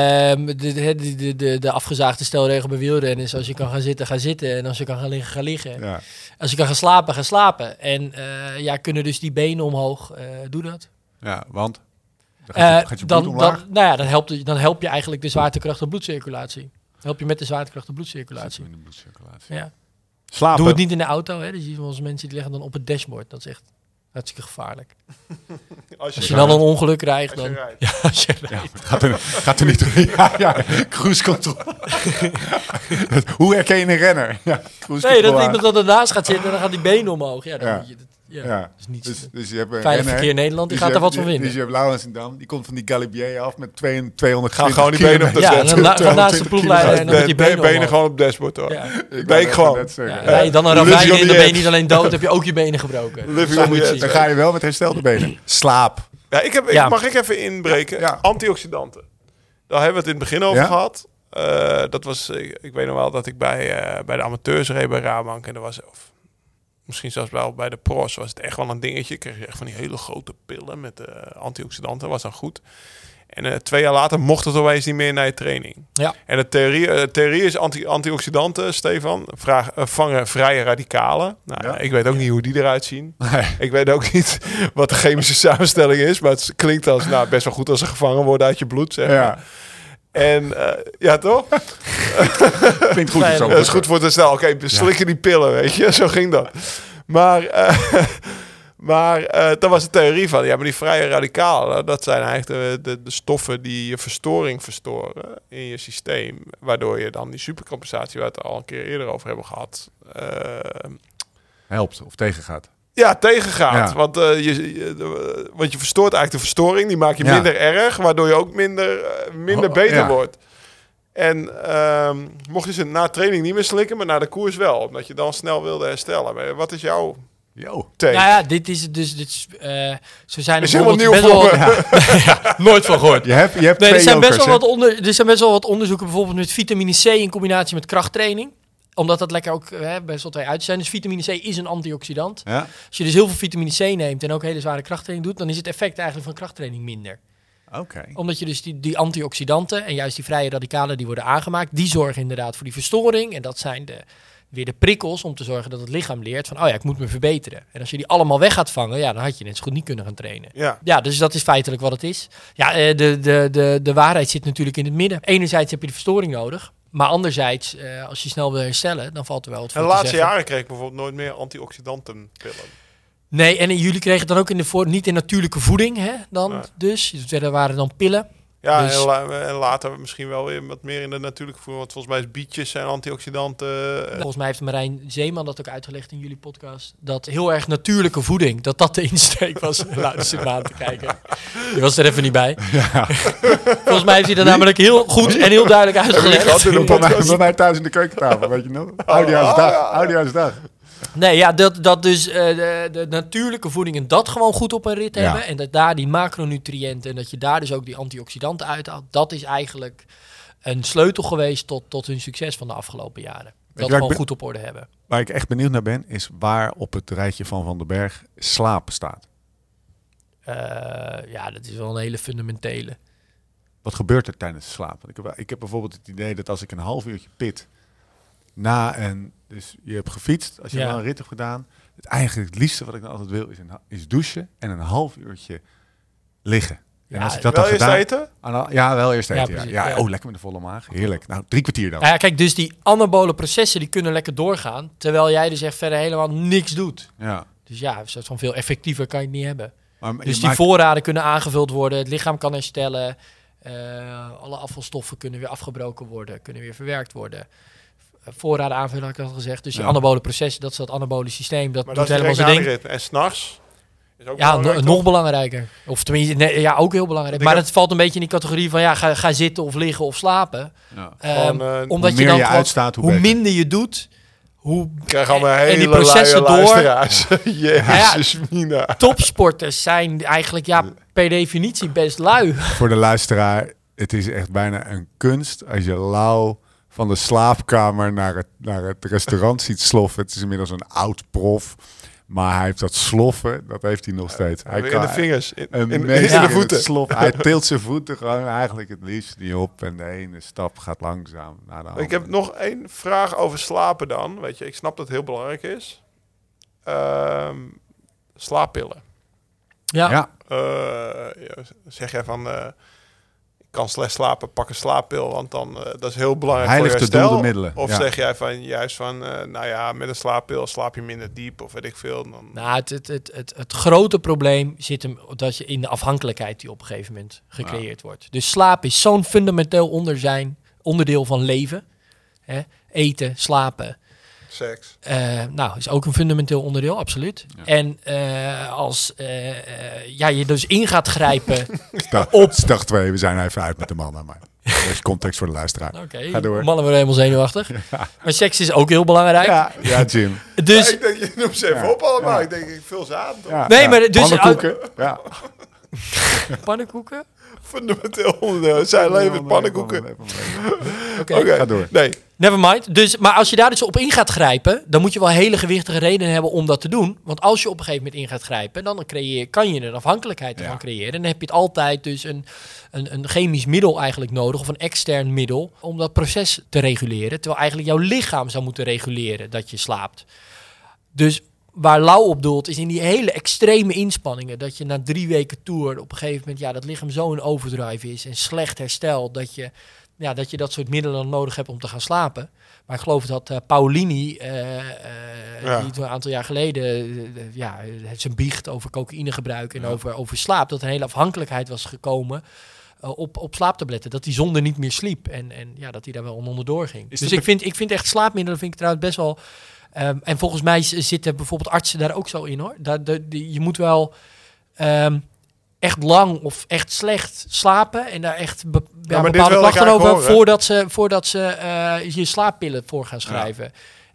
De afgezaagde stelregel bij wielrennen is als je kan gaan zitten, ga zitten. En als je kan gaan liggen, ga liggen. Ja. Als je kan gaan slapen, ga slapen. En kunnen dus die benen omhoog, doe dat. Ja, want? Dan gaat je bloed omlaag. Dan help je eigenlijk de zwaartekracht op bloedcirculatie. Dan help je met de zwaartekracht op bloedcirculatie. In de bloedcirculatie. Ja. Slapen. Doe het niet in de auto. Hè. Dus je ziet wel eens mensen die liggen dan op het dashboard. Dat is echt hartstikke gevaarlijk. Als je dan een ongeluk krijgt, Als je dan... rijdt. Ja, als je rijdt. Gaat er niet... Ja, cruise control. Hoe herken je een renner? Ja, cruise Nee, dat control iemand dat ernaast gaat zitten en dan gaat die benen omhoog. Ja, dan Ja. moet je... Ja, Ja. dat is niet... Dus je hebt een Veilig renner, verkeer in Nederland, die dus gaat je er wat hebt- van vinden. Dus je hebt Laurens en Dam, die komt van die Galibier af met 200 Gaan gewoon die benen op de Ja, en dan gaat naast de 220 ploegleider en dan met die benen benen omhoog. gewoon op het dashboard hoor. Ja. Ben ik gewoon. Ja, rij je dan een Living ravijn on in, the dan ben je edge. niet alleen dood, heb je ook je benen gebroken. Living Zo on moet the je edge. Dan zien. ga je wel met herstelde benen. Slaap. Ja, Ja. mag ik even inbreken? Ja. Antioxidanten. Daar hebben we het in het begin over Ja? gehad. Dat was, ik weet nog wel dat ik bij de amateurs reed bij Rabank. En er was, of misschien zelfs wel bij de pros, was het echt wel een dingetje. Kreeg je echt van die hele grote pillen met antioxidanten. Was dan goed. En 2 jaar later mocht het opeens niet meer naar je training. Ja. En de theorie is antioxidanten, Stefan, vangen vrije radicalen. Nou, Ja. ik weet ook niet hoe die eruit zien. Nee. Ik weet ook niet wat de chemische samenstelling is. Maar het klinkt als best wel goed als ze gevangen worden uit je bloed. Zeg maar. Ja, En ja, toch? klinkt goed. Nee, zo. Dat is goed voor het snel. Oké, slikken die pillen, weet je. Zo ging dat. Maar dan was de theorie van... Ja, maar die vrije radicalen... Dat zijn eigenlijk de stoffen die je verstoring verstoren in je systeem. Waardoor je dan die supercompensatie... waar we het al een keer eerder over hebben gehad... Helpt of tegengaat. Ja, tegengaat. Ja. Want je verstoort eigenlijk de verstoring. Die maak je Ja. minder erg, waardoor je ook minder beter ja. wordt. En mocht je ze na training niet meer slikken, maar na de koers wel. Omdat je dan snel wilde herstellen. Maar wat is jouw Yo. Take. Nou ja, dit is dus... Ze zijn is helemaal nieuw best voor wel... Ja, nooit van gehoord. Je hebt Nee, twee er zijn jokers, er zijn best wel wat onderzoeken, bijvoorbeeld met vitamine C in combinatie met krachttraining. Omdat dat lekker ook best wel twee uit zijn. Dus vitamine C is een antioxidant. Ja? Als je dus heel veel vitamine C neemt en ook hele zware krachttraining doet, dan is het effect eigenlijk van krachttraining minder. Oké. Omdat je dus die antioxidanten en juist die vrije radicalen die worden aangemaakt, die zorgen inderdaad voor die verstoring. En dat zijn weer de prikkels om te zorgen dat het lichaam leert van, ik moet me verbeteren. En als je die allemaal weg gaat vangen, dan had je net zo goed niet kunnen gaan trainen. Ja, dus dat is feitelijk wat het is. Ja, de waarheid zit natuurlijk in het midden. Enerzijds heb je de verstoring nodig. Maar anderzijds, als je snel wil herstellen, dan valt er wel wat voor En te de laatste zeggen. jaren kreeg ik bijvoorbeeld nooit meer antioxidantenpillen. Nee, en jullie kregen het dan ook niet in natuurlijke voeding, hè? Dan Nee. dus. Er waren dan pillen. Ja, Dus- en later misschien wel weer wat meer in de natuurlijke voeding. Want volgens mij is bietjes zijn antioxidanten. Volgens mij heeft Marijn Zeeman dat ook uitgelegd in jullie podcast. Dat heel erg natuurlijke voeding, dat de insteek was. Nou, dus zit me aan te kijken. Je was er even niet bij. Volgens mij heeft hij dat namelijk heel goed en heel duidelijk uitgelegd. Bij mij thuis in de keukentafel, weet je nog? Oudejaarsdag. Nee, ja, dat dus de natuurlijke voeding en dat gewoon goed op een rit Ja. hebben. En dat daar die macronutriënten en dat je daar dus ook die antioxidanten uithaalt. Dat is eigenlijk een sleutel geweest tot hun succes van de afgelopen jaren. Dat waar ik gewoon goed op orde hebben. Waar ik echt benieuwd naar ben, is waar op het rijtje van Van den Berg slaap staat. Ja, dat is wel een hele fundamentele. Wat gebeurt er tijdens de slaap? Want ik heb bijvoorbeeld het idee dat als ik een half uurtje pit dus je hebt gefietst, als je Ja. wel een rit hebt gedaan, het liefste wat ik dan altijd wil is douchen en een half uurtje liggen. En Ja, als ik dat wel dan eerst gedaan, eten? Ja, wel eerst eten. Ja, precies, ja. ja. Oh, lekker met een volle maag. Heerlijk. Nou, 3 kwartier dan. Nou ja, kijk, dus die anabole processen die kunnen lekker doorgaan, terwijl jij dus echt verder helemaal niks doet. Ja. Dus ja, een soort van veel effectiever kan je het niet hebben. Maar Dus die voorraden kunnen aangevuld worden, het lichaam kan herstellen, alle afvalstoffen kunnen weer afgebroken worden, kunnen weer verwerkt worden. Voorraden aanvullen, had ik al gezegd. Dus die Ja. anabole processen, dat is dat anabole systeem, dat Maar doet dat is helemaal direct zijn na de ding. rit. En s'nachts is ook Ja, belangrijk, nog toch? belangrijker. Of tenminste, ja, ook heel belangrijk. Ik Maar heb- het valt een beetje in die categorie van, ja, ga zitten of liggen of slapen. Ja. Gewoon, Omdat hoe je meer dan je gewoon- uitstaat, hoe hoe beter. minder je doet, hoe Ik krijg allemaal en hele die processen luie door. luisteraars. Jezus, Mina. Topsporters zijn eigenlijk per definitie best lui. Voor de luisteraar, het is echt bijna een kunst als je Lau van de slaapkamer naar het restaurant ziet sloffen. Het is inmiddels een oud prof, maar hij heeft dat sloffen, dat heeft hij nog steeds. Hij In de vingers, in een de meester in het voeten. sloffen. Hij tilt zijn voeten gewoon eigenlijk het liefst niet op en de ene stap gaat langzaam naar de andere. Ik heb nog één vraag over slapen dan. Weet je, ik snap dat het heel belangrijk is. Slaappillen. Ja. Ja, Ja, zeg jij van, ik kan slecht slapen, pak een slaappil, want dan dat is heel belangrijk Heilig voor je te doel herstel. de middelen, Of ja. zeg jij van, juist van, nou ja, met een slaappil slaap je minder diep of weet ik veel. Dan... Nou, het grote probleem zit hem dat je in de afhankelijkheid die op een gegeven moment gecreëerd wordt. Dus slaap is zo'n fundamenteel onderdeel van leven. Hè? Eten, slapen. Seks. Is ook een fundamenteel onderdeel, absoluut. Ja. En als je dus in gaat grijpen... Dag 2, we zijn even uit met de mannen, maar even context voor de luisteraar. Oké, Ga door. mannen worden helemaal zenuwachtig. Maar seks is ook heel belangrijk. Ja, Jim. Dus... Ja, ik denk, je noemt ze even Ja. op allemaal. Ja. Ik denk, ik vul ze aan. Toch? Ja, Nee, ja. maar dus- Pannenkoeken. Ja. Pannenkoeken? Fundamenteel onderdeel. Zijn leven, pannenkoeken. Oké. Oké, Ga door. Nee, Never mind. Dus, maar als je daar dus op in gaat grijpen, dan moet je wel hele gewichtige redenen hebben om dat te doen. Want als je op een gegeven moment in gaat grijpen, dan kan je een afhankelijkheid ervan creëren. En dan heb je het altijd dus een chemisch middel eigenlijk nodig, of een extern middel, om dat proces te reguleren. Terwijl eigenlijk jouw lichaam zou moeten reguleren dat je slaapt. Dus waar Lau op doelt, is in die hele extreme inspanningen, dat je na 3 weken tour op een gegeven moment, dat lichaam zo in overdrive is en slecht herstelt, dat je dat soort middelen nodig hebt om te gaan slapen. Maar ik geloof dat Paulini, die toen een aantal jaar geleden zijn biecht over cocaïnegebruik en over slaap, dat een hele afhankelijkheid was gekomen op slaaptabletten. Dat hij zonder niet meer sliep en dat hij daar wel onderdoor ging. Dus ik vind echt slaapmiddelen vind ik trouwens best wel... en volgens mij zitten bijvoorbeeld artsen daar ook zo in, hoor. Je moet wel... echt lang of echt slecht slapen en daar echt maar dit bepaalde wil ik klachten over eigenlijk horen. voordat ze je slaappillen voor gaan schrijven.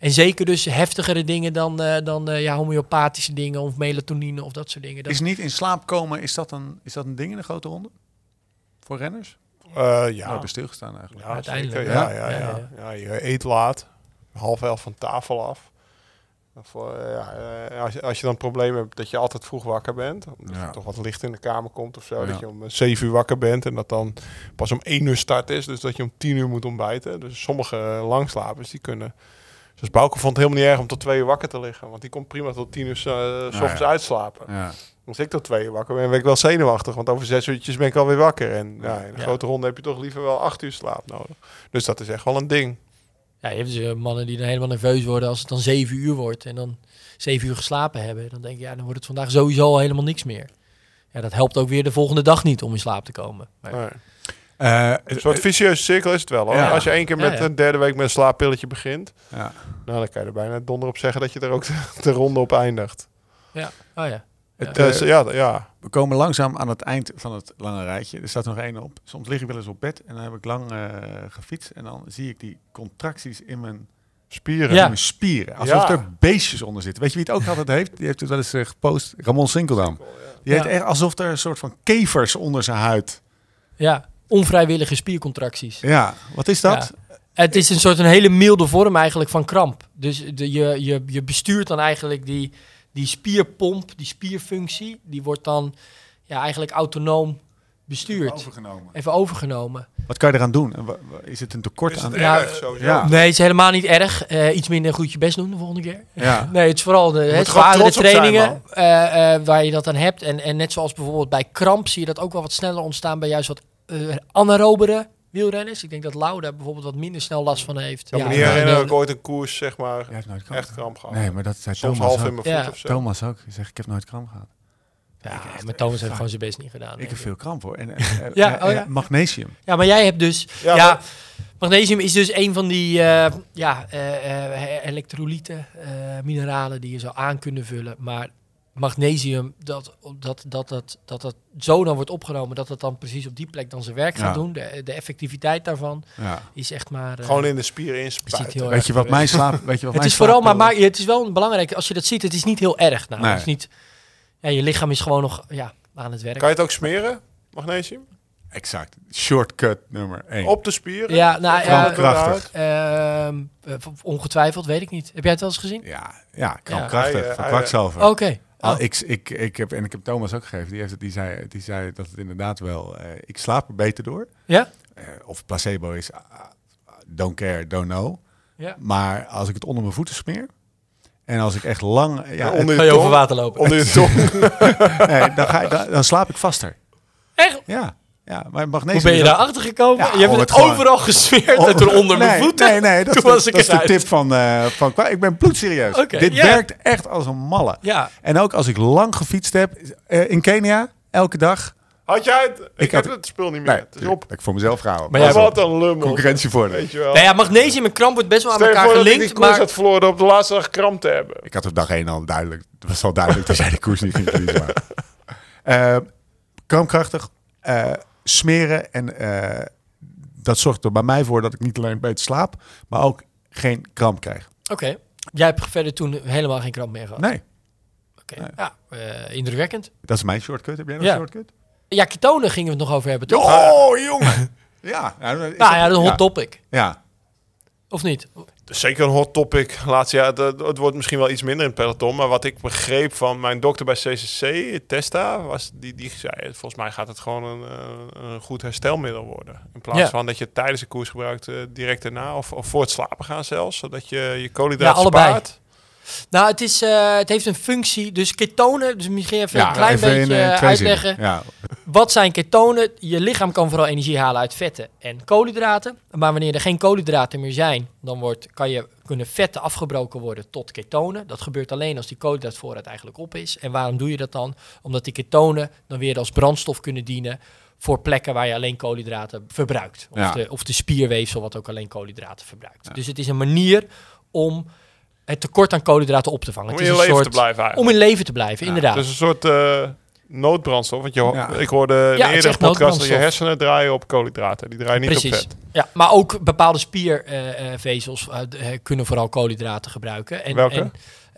En zeker dus heftigere dingen dan homeopathische dingen of melatonine of dat soort dingen. Is niet in slaap komen, is dat een ding in de grote ronde? Voor renners? Ja. Nou, hebben stilgestaan eigenlijk. Ja, Uiteindelijk. zeker. Ja, je eet laat, 10:30 van tafel af. Als je dan het probleem hebt dat je altijd vroeg wakker bent, omdat er toch wat licht in de kamer komt of zo, dat je om 7 uur wakker bent en dat dan pas om 1 uur start is, dus dat je om 10 uur moet ontbijten. Dus sommige langslapers die kunnen, zoals Bouke vond het helemaal niet erg om tot 2 uur wakker te liggen, want die komt prima tot 10 uur 's ochtends uitslapen. Ja. Als ik tot 2 uur wakker ben ik wel zenuwachtig, want over 6 uurtjes ben ik alweer wakker. En in een grote ronde heb je toch liever wel 8 uur slaap nodig. Dus dat is echt wel een ding. Ja, je hebt dus mannen die dan helemaal nerveus worden als het dan 7 uur wordt en dan 7 uur geslapen hebben. Dan denk je, dan wordt het vandaag sowieso al helemaal niks meer. Ja, dat helpt ook weer de volgende dag niet om in slaap te komen. Maar... Nee. Een soort vicieuze cirkel is het wel. Hoor. Ja. Als je 1 keer met een derde week met een slaappilletje begint, Ja. nou, dan kan je er bijna donder op zeggen dat je er ook de ronde op eindigt. Ja, oh ja. Het, Ja. We komen langzaam aan het eind van het lange rijtje. Er staat nog 1 op. Soms lig ik wel eens op bed en dan heb ik lang gefietst. En dan zie ik die contracties in mijn Spieren. Ja. in mijn spieren. Alsof Ja. er beestjes onder zitten. Weet je wie het ook altijd heeft? Die heeft het wel eens gepost. Ramon Sinkeldam. Die heeft echt alsof er een soort van kevers onder zijn huid. Ja, onvrijwillige spiercontracties. Ja, wat is dat? Ja. Het is een hele milde vorm eigenlijk van kramp. Dus je bestuurt dan eigenlijk die spierpomp, die spierfunctie, die wordt dan eigenlijk autonoom bestuurd. Even overgenomen. Wat kan je eraan doen? Is het een tekort Is aan... het Ja, erg sowieso? ja. Nee, het is helemaal niet erg. Iets minder goed je best doen de volgende keer. Ja. Nee, het is vooral de moet er gewoon zwaardere trots op zijn, trainingen waar je dat aan hebt. En net zoals bijvoorbeeld bij kramp zie je dat ook wel wat sneller ontstaan bij juist wat anaerobere wielrenners. Ik denk dat Lau daar bijvoorbeeld wat minder snel last van heeft. Ik kan me niet herinneren dat ik ooit een koers, zeg maar, Jij hebt nooit kramp echt kramp gehad. Nee, maar dat zei Soms Thomas half in ook. mijn voet Ja. of zo. Thomas ook. Hij zegt, ik heb nooit kramp gehad. Ja, maar Thomas heeft gewoon zijn best niet gedaan. Ik denk heb veel kramp hoor. En, Ja. magnesium. Ja, maar jij hebt dus... Ja, Ja, maar- magnesium is dus een van die elektrolyten, mineralen die je zou aan kunnen vullen. Maar magnesium, dat zo dan wordt opgenomen, dat het dan precies op die plek dan zijn werk gaat doen. De effectiviteit daarvan Ja. is echt maar... Gewoon in de spieren ziet inspuiten. heel Weet je wat mijn slaap... het is vooral, maar het is wel belangrijk, als je dat ziet, het is niet heel erg. Nou, Nee. het is niet, je lichaam is gewoon nog aan het werk. Kan je het ook smeren, magnesium? Exact. Shortcut nummer 1. Op de spieren? Ja, nou ja, Krampkrachtig. ongetwijfeld, weet ik niet. Heb jij het wel eens gezien? Ja, krampkrachtig. Hij, van hij- kwakzalver. Oké. Oh. Ik heb Thomas ook gegeven. Die zei dat het inderdaad wel... ik slaap er beter door. Ja? Of placebo is... don't care, don't know. Ja. Maar als ik het onder mijn voeten smeer... En als ik echt lang... Ja, onder Ga je je over tong? water lopen? Onder je tong. dan slaap ik vaster. Echt? Ja, maar Hoe magnesium... ben je is ook- daarachter gekomen? Ja, je hebt om het het gewoon- overal gesmeerd en toen onder mijn voeten. Nee, dat is Toen was ik dat is de eruit. tip van ik ben bloedserieus. Oké, Dit ja. werkt echt als een malle. Ja. En ook als ik lang gefietst heb in Kenia, elke dag. Had jij het? Ik heb had- het spul niet meer. Nee, Het is op. dat ik voor mezelf gehouden. Maar ja, Wat een lummel. concurrentie voor. Weet je wel. Nou ja, magnesium en kramp wordt best wel aan Stel je elkaar voor dat ik die gelinkt. koers Maar had verloren door op de laatste dag kramp te hebben. Ik had op dag 1 al duidelijk. Het was al duidelijk dat jij de koers niet ging verliezen. Krampkrachtig, smeren en dat zorgt er bij mij voor dat ik niet alleen beter slaap, maar ook geen kramp krijg. oké, jij hebt verder toen helemaal geen kramp meer gehad. Nee, Oké. Ja, indrukwekkend. dat is mijn shortcut. Heb jij nog een Ja. shortcut? Ja, ketonen gingen we het nog over hebben, toch? Oh, jongen! Ja, Nou ja, dat is een hot topic. Ja, Of niet? Zeker een hot topic. Laatste jaar, het wordt misschien wel iets minder in het peloton. Maar wat ik begreep van mijn dokter bij CCC, Testa, was die zei... Volgens mij gaat het gewoon een goed herstelmiddel worden. In plaats van dat je het tijdens de koers gebruikt, direct daarna. Of voor het slapen gaan zelfs. Zodat je koolhydraten allebei. spaart. Nou, het heeft een functie. Dus ketonen, dus misschien even een klein even beetje in, 2 zinnen. uitleggen. Ja. Wat zijn ketonen? Je lichaam kan vooral energie halen uit vetten en koolhydraten. Maar wanneer er geen koolhydraten meer zijn, dan kunnen vetten afgebroken worden tot ketonen. Dat gebeurt alleen als die koolhydraatvoorraad eigenlijk op is. En waarom doe je dat dan? Omdat die ketonen dan weer als brandstof kunnen dienen voor plekken waar je alleen koolhydraten verbruikt. Of de spierweefsel wat ook alleen koolhydraten verbruikt. Ja. Dus het is een manier om het tekort aan koolhydraten op te vangen. Om Het in is je een leven soort- te blijven eigenlijk. Om in leven te blijven, inderdaad. Dus een soort noodbrandstof. Want Ja. ik hoorde Ja, in het is eerdere echt podcast dat je noodbrandstof. hersenen draaien op koolhydraten. Die draaien niet op Precies. vet. Ja, maar ook bepaalde spiervezels kunnen vooral koolhydraten gebruiken. En, Welke?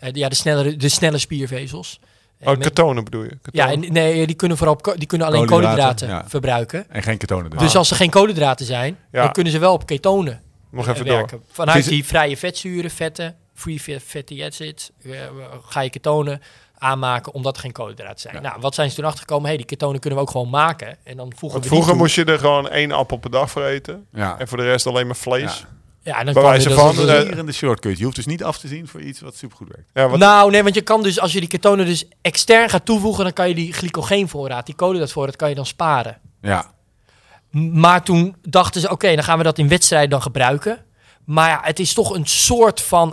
De snelle spiervezels. Oh, ketonen bedoel je? Ja, Ketonen. nee, die kunnen vooral die kunnen alleen Koolhydraten, koolhydraten ja. verbruiken. En geen ketonen dus. Dus als er geen koolhydraten zijn, Ja. dan kunnen ze wel op ketonen Nog even door. werken. Vanuit Is het- die vrije vetzuren, vetten, free fatty acids, ga je ketonen aanmaken omdat er geen koolhydraten zijn. Ja. Nou, wat zijn ze toen achtergekomen? Die ketonen kunnen we ook gewoon maken. En dan voegen Want we die vroeger toe. moest je er gewoon 1 appel per dag voor eten. Ja. En voor de rest alleen maar vlees. Ja. Ja, en dan bij kan wijze je van, dat- Hier in de shortcut. Je hoeft dus niet af te zien voor iets wat supergoed werkt. Ja, wat, Nou, nee, want je kan dus, als je die ketonen dus extern gaat toevoegen, dan kan je die glycogeenvoorraad, die koolhydraatvoorraad, kan je dan sparen. Ja. Maar toen dachten ze, oké, dan gaan we dat in wedstrijden dan gebruiken. Maar ja, het is toch een soort van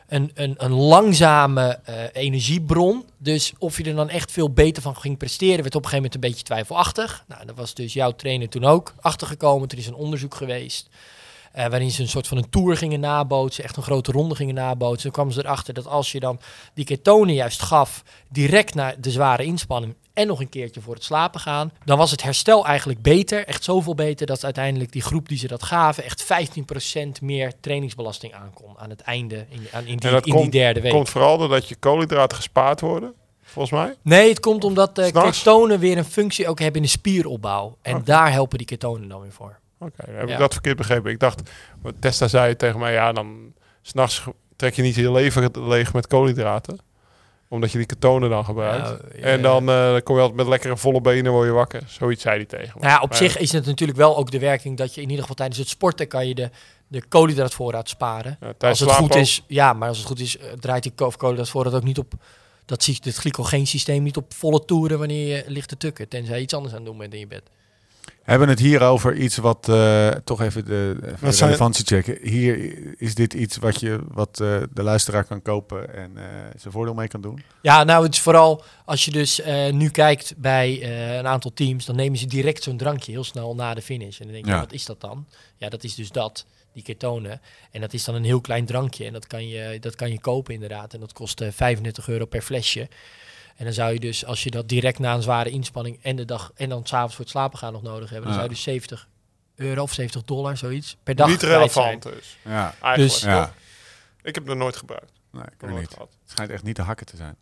een langzame energiebron. Dus of je er dan echt veel beter van ging presteren, werd op een gegeven moment een beetje twijfelachtig. Nou, dat was dus jouw trainer toen ook achtergekomen. Er is een onderzoek geweest waarin ze een soort van een tour gingen nabootsen, echt een grote ronde gingen nabootsen. Toen kwamen ze erachter dat als je dan die ketonen juist gaf, direct na de zware inspanning en nog een keertje voor het slapen gaan, dan was het herstel eigenlijk beter, echt zoveel beter, dat uiteindelijk die groep die ze dat gaven echt 15% meer trainingsbelasting aankon aan het einde, in die derde week. komt vooral doordat je koolhydraten gespaard worden, volgens mij. Nee, het komt omdat de S'nachts? ketonen weer een functie ook hebben in de spieropbouw. En Oké. daar helpen die ketonen dan weer voor. Oké, dan heb Ja. ik dat verkeerd begrepen. Ik dacht, Testa zei tegen mij, ja, dan 's nachts trek je niet je lever leeg met koolhydraten. Omdat je die ketonen dan gebruikt. En dan kom je altijd met lekkere volle benen, word je wakker. Zoiets zei hij tegen me. Nou ja, op Maar zich is het natuurlijk wel ook de werking dat je in ieder geval tijdens het sporten kan je de koolhydraatvoorraad sparen. ja, Als tijdens het slaap goed ook. is, ja, maar als het goed is, draait die koolhydraatvoorraad ook niet op. Dat ziet het glycogeensysteem niet op volle toeren wanneer je ligt te tukken. Tenzij je iets anders aan het doen bent in je bed. We hebben het hier over iets wat toch even de zijn- relevantie checken. Hier is dit iets wat de luisteraar kan kopen en zijn voordeel mee kan doen. Ja, nou, het is vooral als je dus nu kijkt bij een aantal teams, dan nemen ze direct zo'n drankje heel snel na de finish. En dan denk je, Ja. wat is dat dan? Ja, dat is dus die ketonen. En dat is dan een heel klein drankje. En dat kan je kopen inderdaad. En dat kost €35 per flesje. En dan zou je dus, als je dat direct na een zware inspanning en de dag en dan 's avonds voor het slapen gaan nog nodig hebben, dan zou je dus €70 of $70, zoiets, per dag Niet kwijt zijn. relevant dus. Ja, Eigenlijk. Dus- ja. toch? Ik heb het nooit gebruikt. Nee, ik Nog ook nooit niet. gehad. Het schijnt echt niet te hakken te zijn.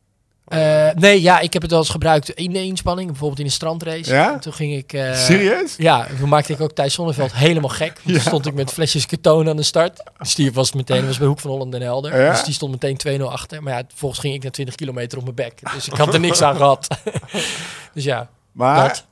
Nee, ja, ik heb het wel eens gebruikt in de inspanning, bijvoorbeeld in een strandrace. Ja? Toen ging ik... Serieus? Ja, toen maakte ik ook Thijs Zonneveld helemaal gek. Want toen stond ik met flesjes ketonen aan de start. Dus die was bij Hoek van Holland en Helder. Ja? Dus die stond meteen 2-0 achter. Maar ja, vervolgens ging ik naar 20 kilometer op mijn bek. Dus ik had er niks aan gehad. Dus ja. Maar Dat.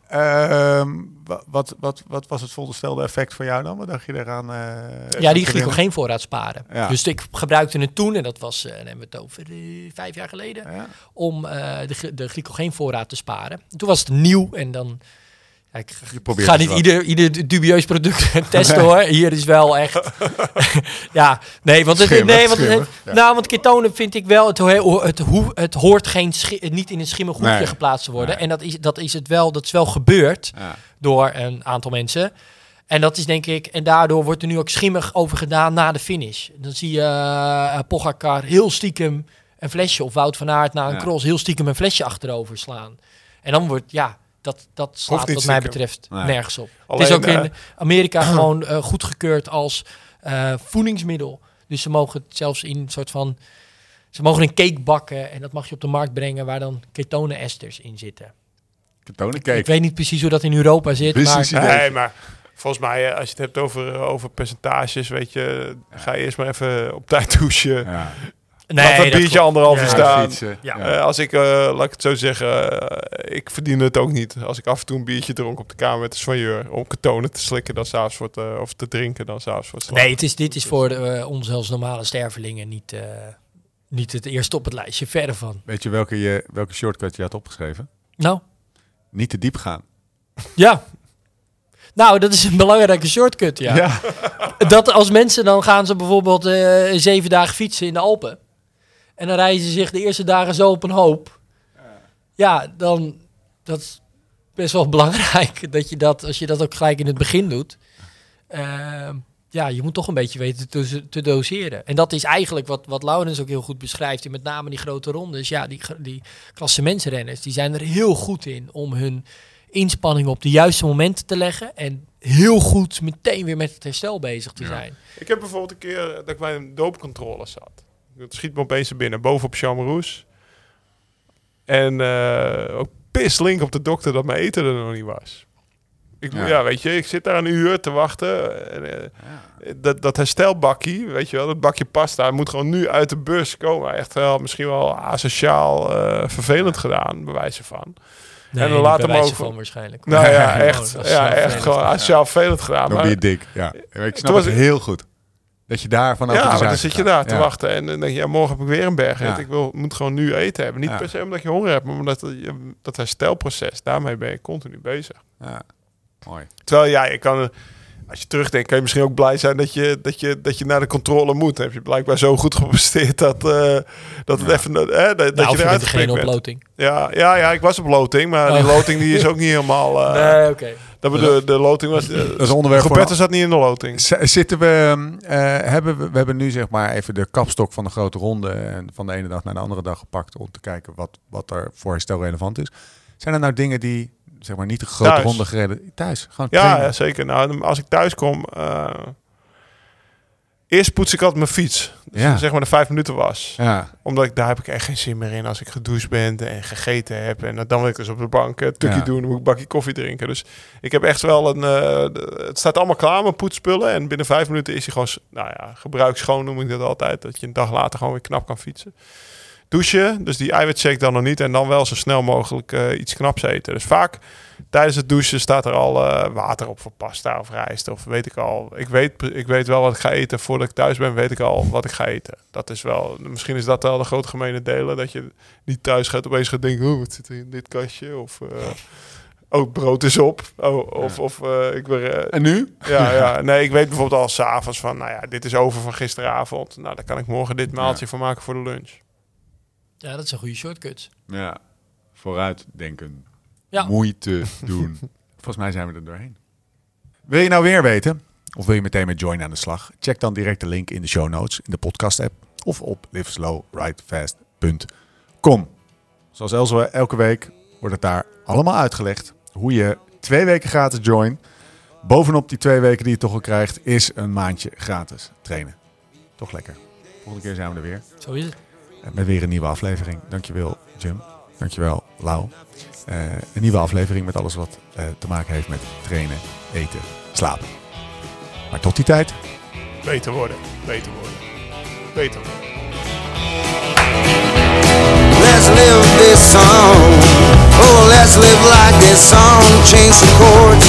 wat was het voorgestelde effect voor jou dan? Wat dacht je eraan? Ja, die glycogeenvoorraad sparen. Ja. Dus ik gebruikte het toen, en dat was, dan hebben we het over 5 jaar geleden, Ja. om de glycogeenvoorraad te sparen. Toen was het nieuw en dan... Ja, ik probeert ga het niet wel. ieder dubieus product testen hoor. Hier is wel echt... ja, nee, want Schimmig. Ja. Nou, want ketonen vind ik wel... Het hoort niet in een schimmig hoekje Nee. geplaatst te worden. Nee. En dat is wel gebeurd Ja. door een aantal mensen. En dat is denk ik... En daardoor wordt er nu ook schimmig over gedaan na de finish. Dan zie je Pogacar heel stiekem een flesje... of Wout van Aert na een Ja. cross heel stiekem een flesje achterover slaan. En dan wordt... Ja, dat slaat niet wat mij stiekem. betreft Nee. nergens op. Alleen, het is ook in Amerika gewoon goedgekeurd als voedingsmiddel. Dus ze mogen het zelfs in een soort van... Ze mogen een cake bakken en dat mag je op de markt brengen... waar dan ketoneesters in zitten. Ketonencake. Ik weet niet precies hoe dat in Europa zit, Precies. maar... idee. Nee, maar volgens mij, als je het hebt over percentages, weet je, ga je eerst maar even op tijd douchen. Ja. Laat een dat biertje klopt. 1,5 uur Ja. staan. Fietsen. Ja. Als ik, laat ik het zo zeggen, ik verdien het ook niet. Als ik af en toe een biertje dronk op de kamer met de soigneur om ketonen te slikken dan s'avonds voor het, of te drinken dan s'avonds voor het slapen. Nee, dit is voor ons als normale stervelingen niet het eerste op het lijstje. Verder van. Weet je welke shortcut je had opgeschreven? Nou, Niet te diep gaan. ja. Nou, dat is een belangrijke shortcut, ja. Dat als mensen, dan gaan ze bijvoorbeeld 7 dagen fietsen in de Alpen. En dan rijden ze zich de eerste dagen zo op een hoop. Ja, dan, dat is best wel belangrijk dat je dat, als je dat ook gelijk in het begin doet. Ja, je moet toch een beetje weten te doseren. En dat is eigenlijk wat Laurens ook heel goed beschrijft. En met name die grote rondes. Ja, die klassementsrenners, die zijn er heel goed in om hun inspanning op de juiste momenten te leggen. En heel goed meteen weer met het herstel bezig te zijn. Ik heb bijvoorbeeld een keer dat ik bij een doopcontrole zat. Dat schiet me opeens er binnen, bovenop Champs-Élysées. En ook pislink op de dokter dat mijn eten er nog niet was. Weet je, ik zit daar een uur te wachten. En, dat herstelbakkie, weet je wel, dat bakje pasta moet gewoon nu uit de bus komen. Echt wel, misschien wel asociaal vervelend gedaan, bij wijze van. Nee, en dan later bij wijze mogen van waarschijnlijk. Nou ja, echt gewoon asociaal vervelend gedaan. Dan ben je dik, ja. Ik snap het heel goed. Dat je daar vanaf maar dan zit je daar te wachten. En dan denk je, morgen heb ik weer een berg eten. Ik moet gewoon nu eten hebben. Niet per se omdat je honger hebt, maar omdat dat herstelproces, daarmee ben je continu bezig. Ja, mooi. Terwijl je kan, als je terugdenkt, kan je misschien ook blij zijn dat je naar de controle moet. Dan heb je blijkbaar zo goed gepresteerd dat het even... dat je eruit geen op loting. Ja, ik was op loting, maar die loting die is ook niet helemaal... nee, oké. De loting was... Dat is een onderwerp Roberto zat niet in de loting. Zitten we... we hebben nu zeg maar even de kapstok van de grote ronde en van de ene dag naar de andere dag gepakt om te kijken wat er voor herstel relevant is. Zijn er nou dingen die zeg maar niet de grote ronde gereden thuis? Gewoon ja, zeker. Nou, als ik thuis kom... Eerst poets ik altijd mijn fiets. Dus zeg maar de 5 minuten was. Ja. Omdat daar heb ik echt geen zin meer in als ik gedoucht ben en gegeten heb. En dan wil ik dus op de bank tukkie doen. Dan moet ik een bakje koffie drinken. Dus ik heb echt wel het staat allemaal klaar, mijn poetsspullen. En binnen 5 minuten is hij gewoon, gebruiksschoon noem ik dat altijd. Dat je een dag later gewoon weer knap kan fietsen. Douchen, dus die eiwitshake dan nog niet. En dan wel zo snel mogelijk iets knaps eten. Dus vaak tijdens het douchen staat er al water op voor pasta of rijst. Of weet ik al. Ik weet wel wat ik ga eten. Voordat ik thuis ben, weet ik al wat ik ga eten. Dat is wel, misschien is dat wel de grote gemene delen. Dat je niet thuis gaat opeens gaat denken, wat zit er in dit kastje? Of brood is op. Ik ben... En nu? Ja. Nee, ik weet bijvoorbeeld al 's avonds van, dit is over van gisteravond. Nou, daar kan ik morgen dit maaltje van maken voor de lunch. Ja, dat is een goede shortcut. Ja, vooruitdenken. Ja. Moeite doen. Volgens mij zijn we er doorheen. Wil je nou weer weten? Of wil je meteen met Join aan de slag? Check dan direct de link in de show notes, in de podcast app. Of op liveslowridefast.com. Zoals elke week wordt het daar allemaal uitgelegd. Hoe je 2 weken gratis Join. Bovenop die 2 weken die je toch al krijgt, is een maandje gratis trainen. Toch lekker. Volgende keer zijn we er weer. Zo is het. Met weer een nieuwe aflevering. Dankjewel, Jim. Dankjewel, Lau. Een nieuwe aflevering met alles wat te maken heeft met trainen, eten, slapen. Maar tot die tijd. Beter worden. Let's live this song. Oh, let's live like this song. Change the chords.